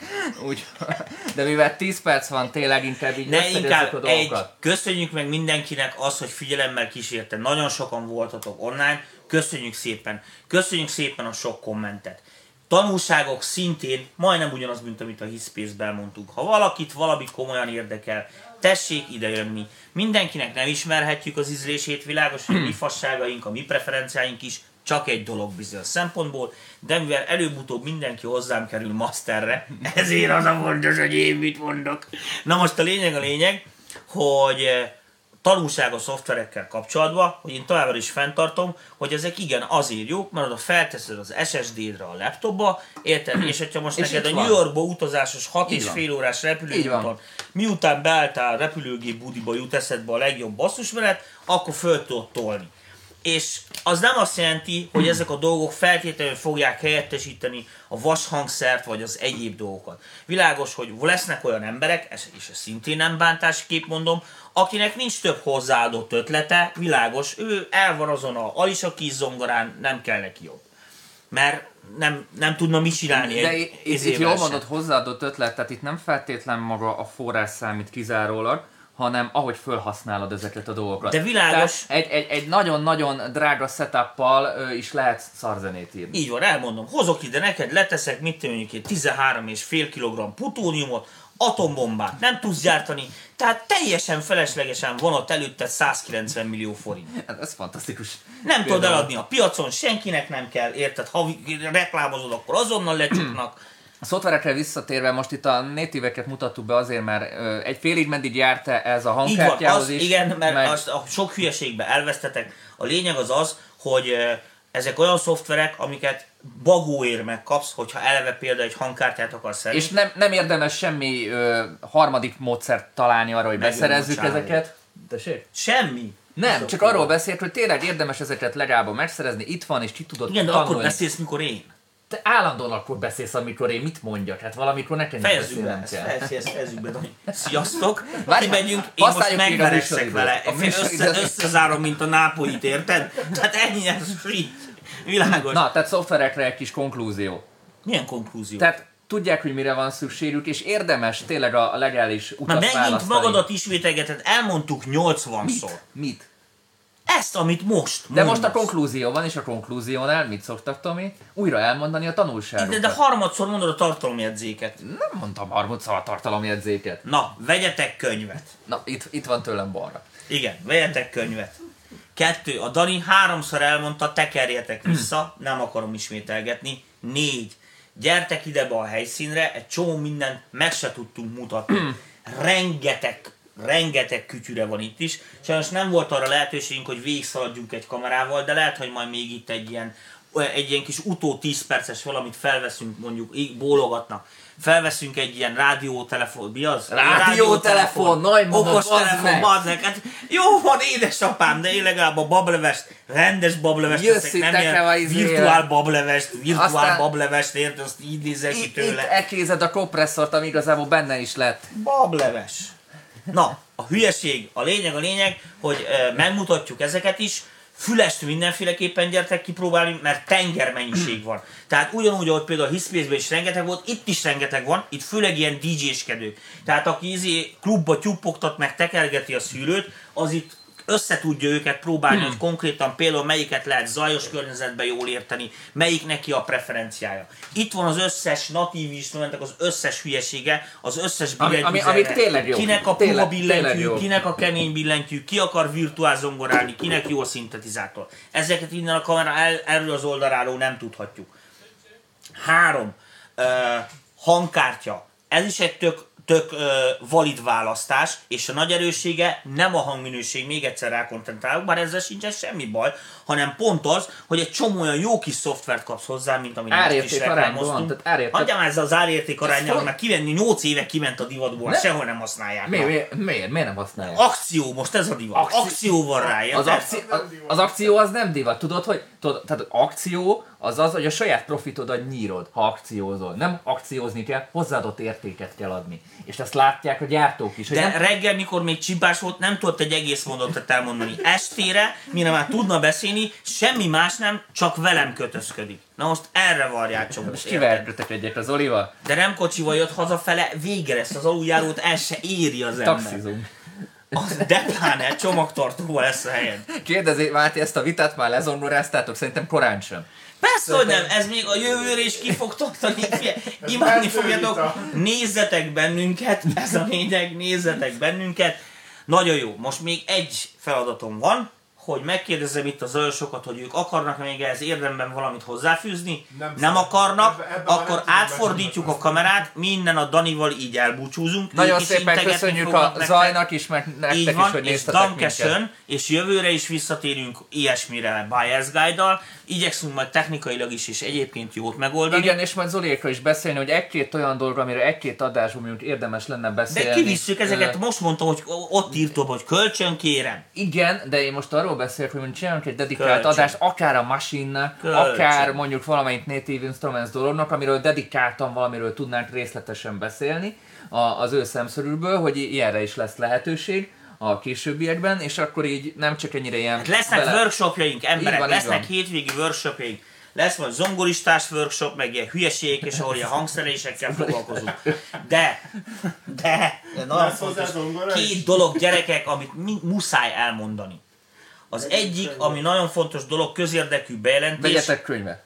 De mivel 10 perc van, tényleg inkább így összegyezzük a dolgokat. Köszönjük meg mindenkinek azt, hogy figyelemmel kísérte. Nagyon sokan voltatok online. Köszönjük szépen. Köszönjük szépen a sok kommentet. Tanulságok szintén majdnem ugyanaz, mint amit a Hiszpészben elmondtuk. Ha valakit valami komolyan érdekel, tessék idejönni. Mindenkinek nem ismerhetjük az ízlését, világos, hogy a mi fasságaink, a mi preferenciáink is csak egy dolog bizonyos szempontból, de mivel előbb-utóbb mindenki hozzám kerül masterre, ezért az a fontos, hogy én mit mondok. Na most a lényeg, hogy tanulság a szoftverekkel kapcsolatban, hogy én továbbra is fenntartom, hogy ezek igen azért jók, mert oda felteszed az SSD-re a laptopba, érted? És hogyha most neked a New Yorkba utazásos 6,5 órás repülőúton, miután beálltál a repülőgép budiba, jut eszedbe a legjobb basszusmenet, akkor föl tudod tolni. És az nem azt jelenti, hogy ezek a dolgok feltétlenül fogják helyettesíteni a vashangszert vagy az egyéb dolgokat. Világos, hogy lesznek olyan emberek, és ez szintén nem bántásképp mondom, akinek nincs több hozzáadott ötlete, világos, ő el van azon a Alisa Keys zongorán, nem kell neki jobb. Mert nem tudna mit csinálni. De itt jól mondod, hozzáadott ötlet, tehát itt nem feltétlen maga a forrásszám itt kizárólag, hanem ahogy felhasználod ezeket a dolgokat. De világos. Egy nagyon-nagyon drága setuppal is lehet szarzenét írni. Így van, elmondom. Hozok ide neked, leteszek, mit mondjuk egy 13,5 kg plutóniumot, atombombát nem tudsz gyártani, tehát teljesen feleslegesen van ott előtted 190 millió forint. Ez fantasztikus. Nem tudod eladni a piacon, senkinek nem kell, érted? Ha reklámozod, akkor azonnal lecsuknak. A szoftverekre visszatérve, most itt a native-eket mutattuk be azért, mert egy félig meddig járt ez a hangkártyához is. Igen, mert azt a sok hülyeségbe elvesztetek. A lényeg az, hogy ezek olyan szoftverek, amiket bagóért megkapsz, hogyha eleve például egy hangkártyát akarsz szerni. És nem érdemes semmi harmadik módszert találni arra, hogy beszerezzük ezeket. Tessék? Semmi. Nem, csak arról beszélt, hogy tényleg érdemes ezeket legalább megszerezni, itt van, és ki tudod igen, de tanulni. akkor beszélsz, mikor én. Te állandóan akkor beszélsz, amikor én mit mondjak, hát valamikor nekem is beszélnem kell. Fejezzük be, sziasztok, kimegyünk, én most megverekszek vele, összezárom, mint a Nápolyt, érted? Tehát ennyi, ez világos. Na, tehát szoftverekre egy kis konklúzió. Milyen konklúzió? Tehát tudják, hogy mire van szükségük, és érdemes tényleg a legális utat választani. Megint magadat ismételgeted, elmondtuk 80-szor. Mit? Ezt, amit most mondasz. De most a konklúzió van, és a konklúziónál mit szoktak, Tomi? Újra elmondani a tanulságokat. De harmadszor mondod a tartalomjegyzéket. Nem mondtam harmadszor a tartalomjegyzéket. Na, vegyetek könyvet. Na, itt van tőlem balra. Igen, vegyetek könyvet. 2. A Dani 3-szor elmondta, tekerjetek vissza, nem akarom ismételgetni. 4. Gyertek ide be a helyszínre, egy csomó mindent meg se tudtunk mutatni. Rengeteg kütyüre van itt is. Sajnos nem volt arra lehetőségünk, hogy végigszaladjunk egy kamerával, de lehet, hogy majd még itt egy ilyen kis utó 10 perces valamit felveszünk, mondjuk így bólogatnak. Felveszünk egy ilyen rádiótelefon, mi az? Rádiótelefon, okostelefon, bazdmeg. Hát jó van, édesapám, de én legalább a bablevest, rendes bablevest teszek, nem ilyen virtuál bablevest, érted, azt így nézel ki tőle. Itt elkézed a kompresszort, ami igazából benne is lett. Bableves. Na, a hülyeség, a lényeg, hogy megmutatjuk ezeket is, fülest mindenféleképpen gyertek kipróbálni, mert tengermennyiség van. Tehát ugyanúgy, ahogy például a Hiszpészben is rengeteg volt, itt is rengeteg van, itt főleg ilyen DJ-skedők. Tehát aki klubba tyúppogtat, meg tekergeti a szűrőt, az itt össze tudja őket próbálni, hogy konkrétan például melyiket lehet zajos környezetben jól érteni, melyik neki a preferenciája. Itt van az összes natív instrumentek, az összes hülyesége, az összes billentyűzene. Kinek a puha billentyű, kinek a kemény billentyű, ki akar virtuál zongorálni, kinek jó a szintetizátor. Ezeket innen a kamera erről az oldaláról nem tudhatjuk. 3. Hangkártya. Ez is egy tök valid választás, és a nagy erőssége nem a hangminőség, még egyszer rákoncentrálok, bár ezzel sincsen semmi baj, hanem pont az, hogy egy csomó olyan jó kis szoftvert kapsz hozzá, mint amit most is reklámoztunk. Hagyjam ezzel az árérték arányával, mert kivenni 8 éve kiment a divatból, sehol nem használják. Miért nem használják? Akció, most ez a divat. Akció van rá, az akció az nem divat, tudod, hogy tehát akció az az, hogy a saját profitodat nyírod, ha akciózol. Nem akciózni kell, hozzáadott értéket kell adni. És ezt látják a gyártók is. De reggel, mikor még csipás volt, nem tudott egy egész mondatot elmondani. Estére, mire már tudna beszélni, semmi más nem, csak velem kötözködik. Na most erre varják csomó. Most kivel kötekedjek az Olival? De nem kocsival jött hazafele, vége lesz az aluljárót, el se éri az ember. Taxizunk. De pláne, csomagtartóval lesz a helyed. Kérdezi, Máté, ezt a vitát már lezongoráztátok? Szerintem korán sem. Persze, hogy nem, ez még a jövőre is ki fog tartani. Imádni fogjátok, nézzetek bennünket, ez a lényeg, nézzetek bennünket. Nagyon jó, most még egy feladatom van, hogy megkérdezem itt az zajosokat, hogy ők akarnak még ehhez érdemben valamit hozzáfűzni. Nem akarnak, akkor átfordítjuk a kamerát, minden a Danival így elbúcsúzunk. Nagyon szépen köszönjük a zajnak is, meg nektek is, hogy néztetek minket. És jövőre is visszatérünk ilyesmire Buyer's Guide-dal. Igyekszünk majd technikailag is és egyébként jót megoldani. Igen, és majd Zoliékkal is beszélni, hogy egy-két olyan dolog, amire egy-két adásban mondjuk érdemes lenne beszélni. De kivisszük ezeket, most mondtam, hogy ott írtam, hogy kölcsön kérem. Igen, de én most arról beszélek, hogy mondjuk csinálunk egy dedikált adást, akár a Machine-nak, akár mondjuk valamelyik Native Instruments dolognak, amiről dedikáltan valamiről tudnánk részletesen beszélni az ő szemszörülből, hogy ilyenre is lesz lehetőség a későbbiekben, és akkor így nem csak ennyire ilyen... Hát lesznek workshopjaink, emberek, lesznek hétvégi workshopjaink, lesz majd zongoristás workshop, meg ilyen hülyeségek, és ahol ilyen hangszerelésekkel foglalkozunk. De, nagyon fontos, két dolog, gyerekek, amit muszáj elmondani. Az egyik, ami nagyon fontos dolog, közérdekű bejelentés. Vegyetek könyvet.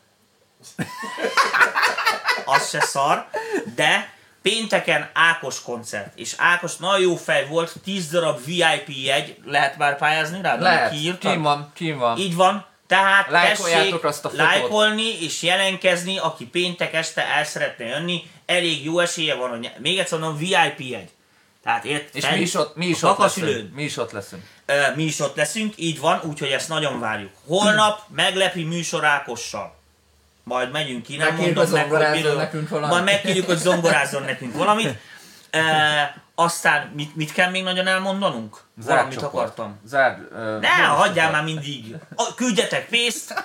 Az se szar, de pénteken Ákos koncert, és Ákos nagyon jó fej volt, 10 darab VIP jegy, lehet már pályázni rá? Lehet, kim van. Így van, tehát lájkoljátok azt a fotót. lájkolni és jelenkezni, aki péntek este el szeretne jönni, elég jó esélye van, hogy még egyszer mondom, VIP jegy. Tehát és mi is ott leszünk. Mi is ott leszünk, így van, úgyhogy ezt nagyon várjuk. Holnap meglepi műsor Ákossal. Majd megyünk ki, nem mondom meg, hogy majd megkérjük, hogy zongorázzon nekünk valamit. Aztán mit kell még nagyon elmondanunk? Valamit akartam. Ne, hagyjál már mindig. Küldjetek pénzt.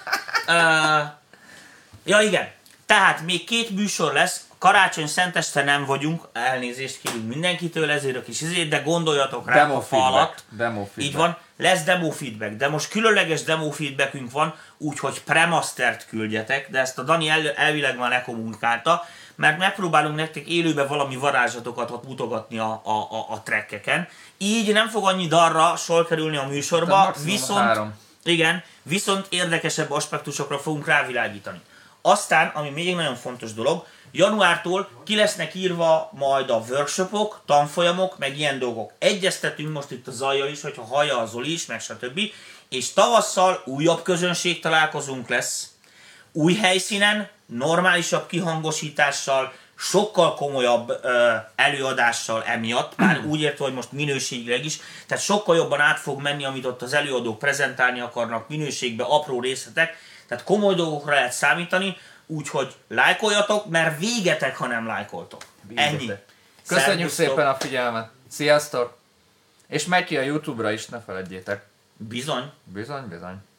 Ja igen, tehát még 2 műsor lesz. Karácsony szenteste nem vagyunk, elnézést kérünk mindenkitől ezért a kis izét, de gondoljatok rá a fa alatt. Így van, lesz demo feedback, de most különleges demo feedbackünk van, úgyhogy premastert küldjetek, de ezt a Dani elvileg már lekommunikálta, mert megpróbálunk nektek élőben valami varázslatokat mutogatni a trackeken. Így nem fog annyi darra sor kerülni a műsorba, viszont érdekesebb aspektusokra fogunk rávilágítani. Aztán, ami még nagyon fontos dolog, januártól ki lesznek írva majd a workshopok, tanfolyamok, meg ilyen dolgok. Egyeztetünk most itt a Zajjal is, hogyha hallja a Zoli is, meg stb. És tavasszal újabb közönség találkozunk lesz. Új helyszínen, normálisabb kihangosítással, sokkal komolyabb előadással emiatt, már úgy értve, hogy most minőségileg is, tehát sokkal jobban át fog menni, amit ott az előadók prezentálni akarnak, minőségbe, apró részletek, tehát komoly dolgokra lehet számítani, úgyhogy lájkoljatok, mert végetek, ha nem lájkoltok. Ennyi. Köszönjük szépen a figyelmet. Sziasztok! És megy ki a YouTube-ra is, ne feledjétek. Bizony. Bizony.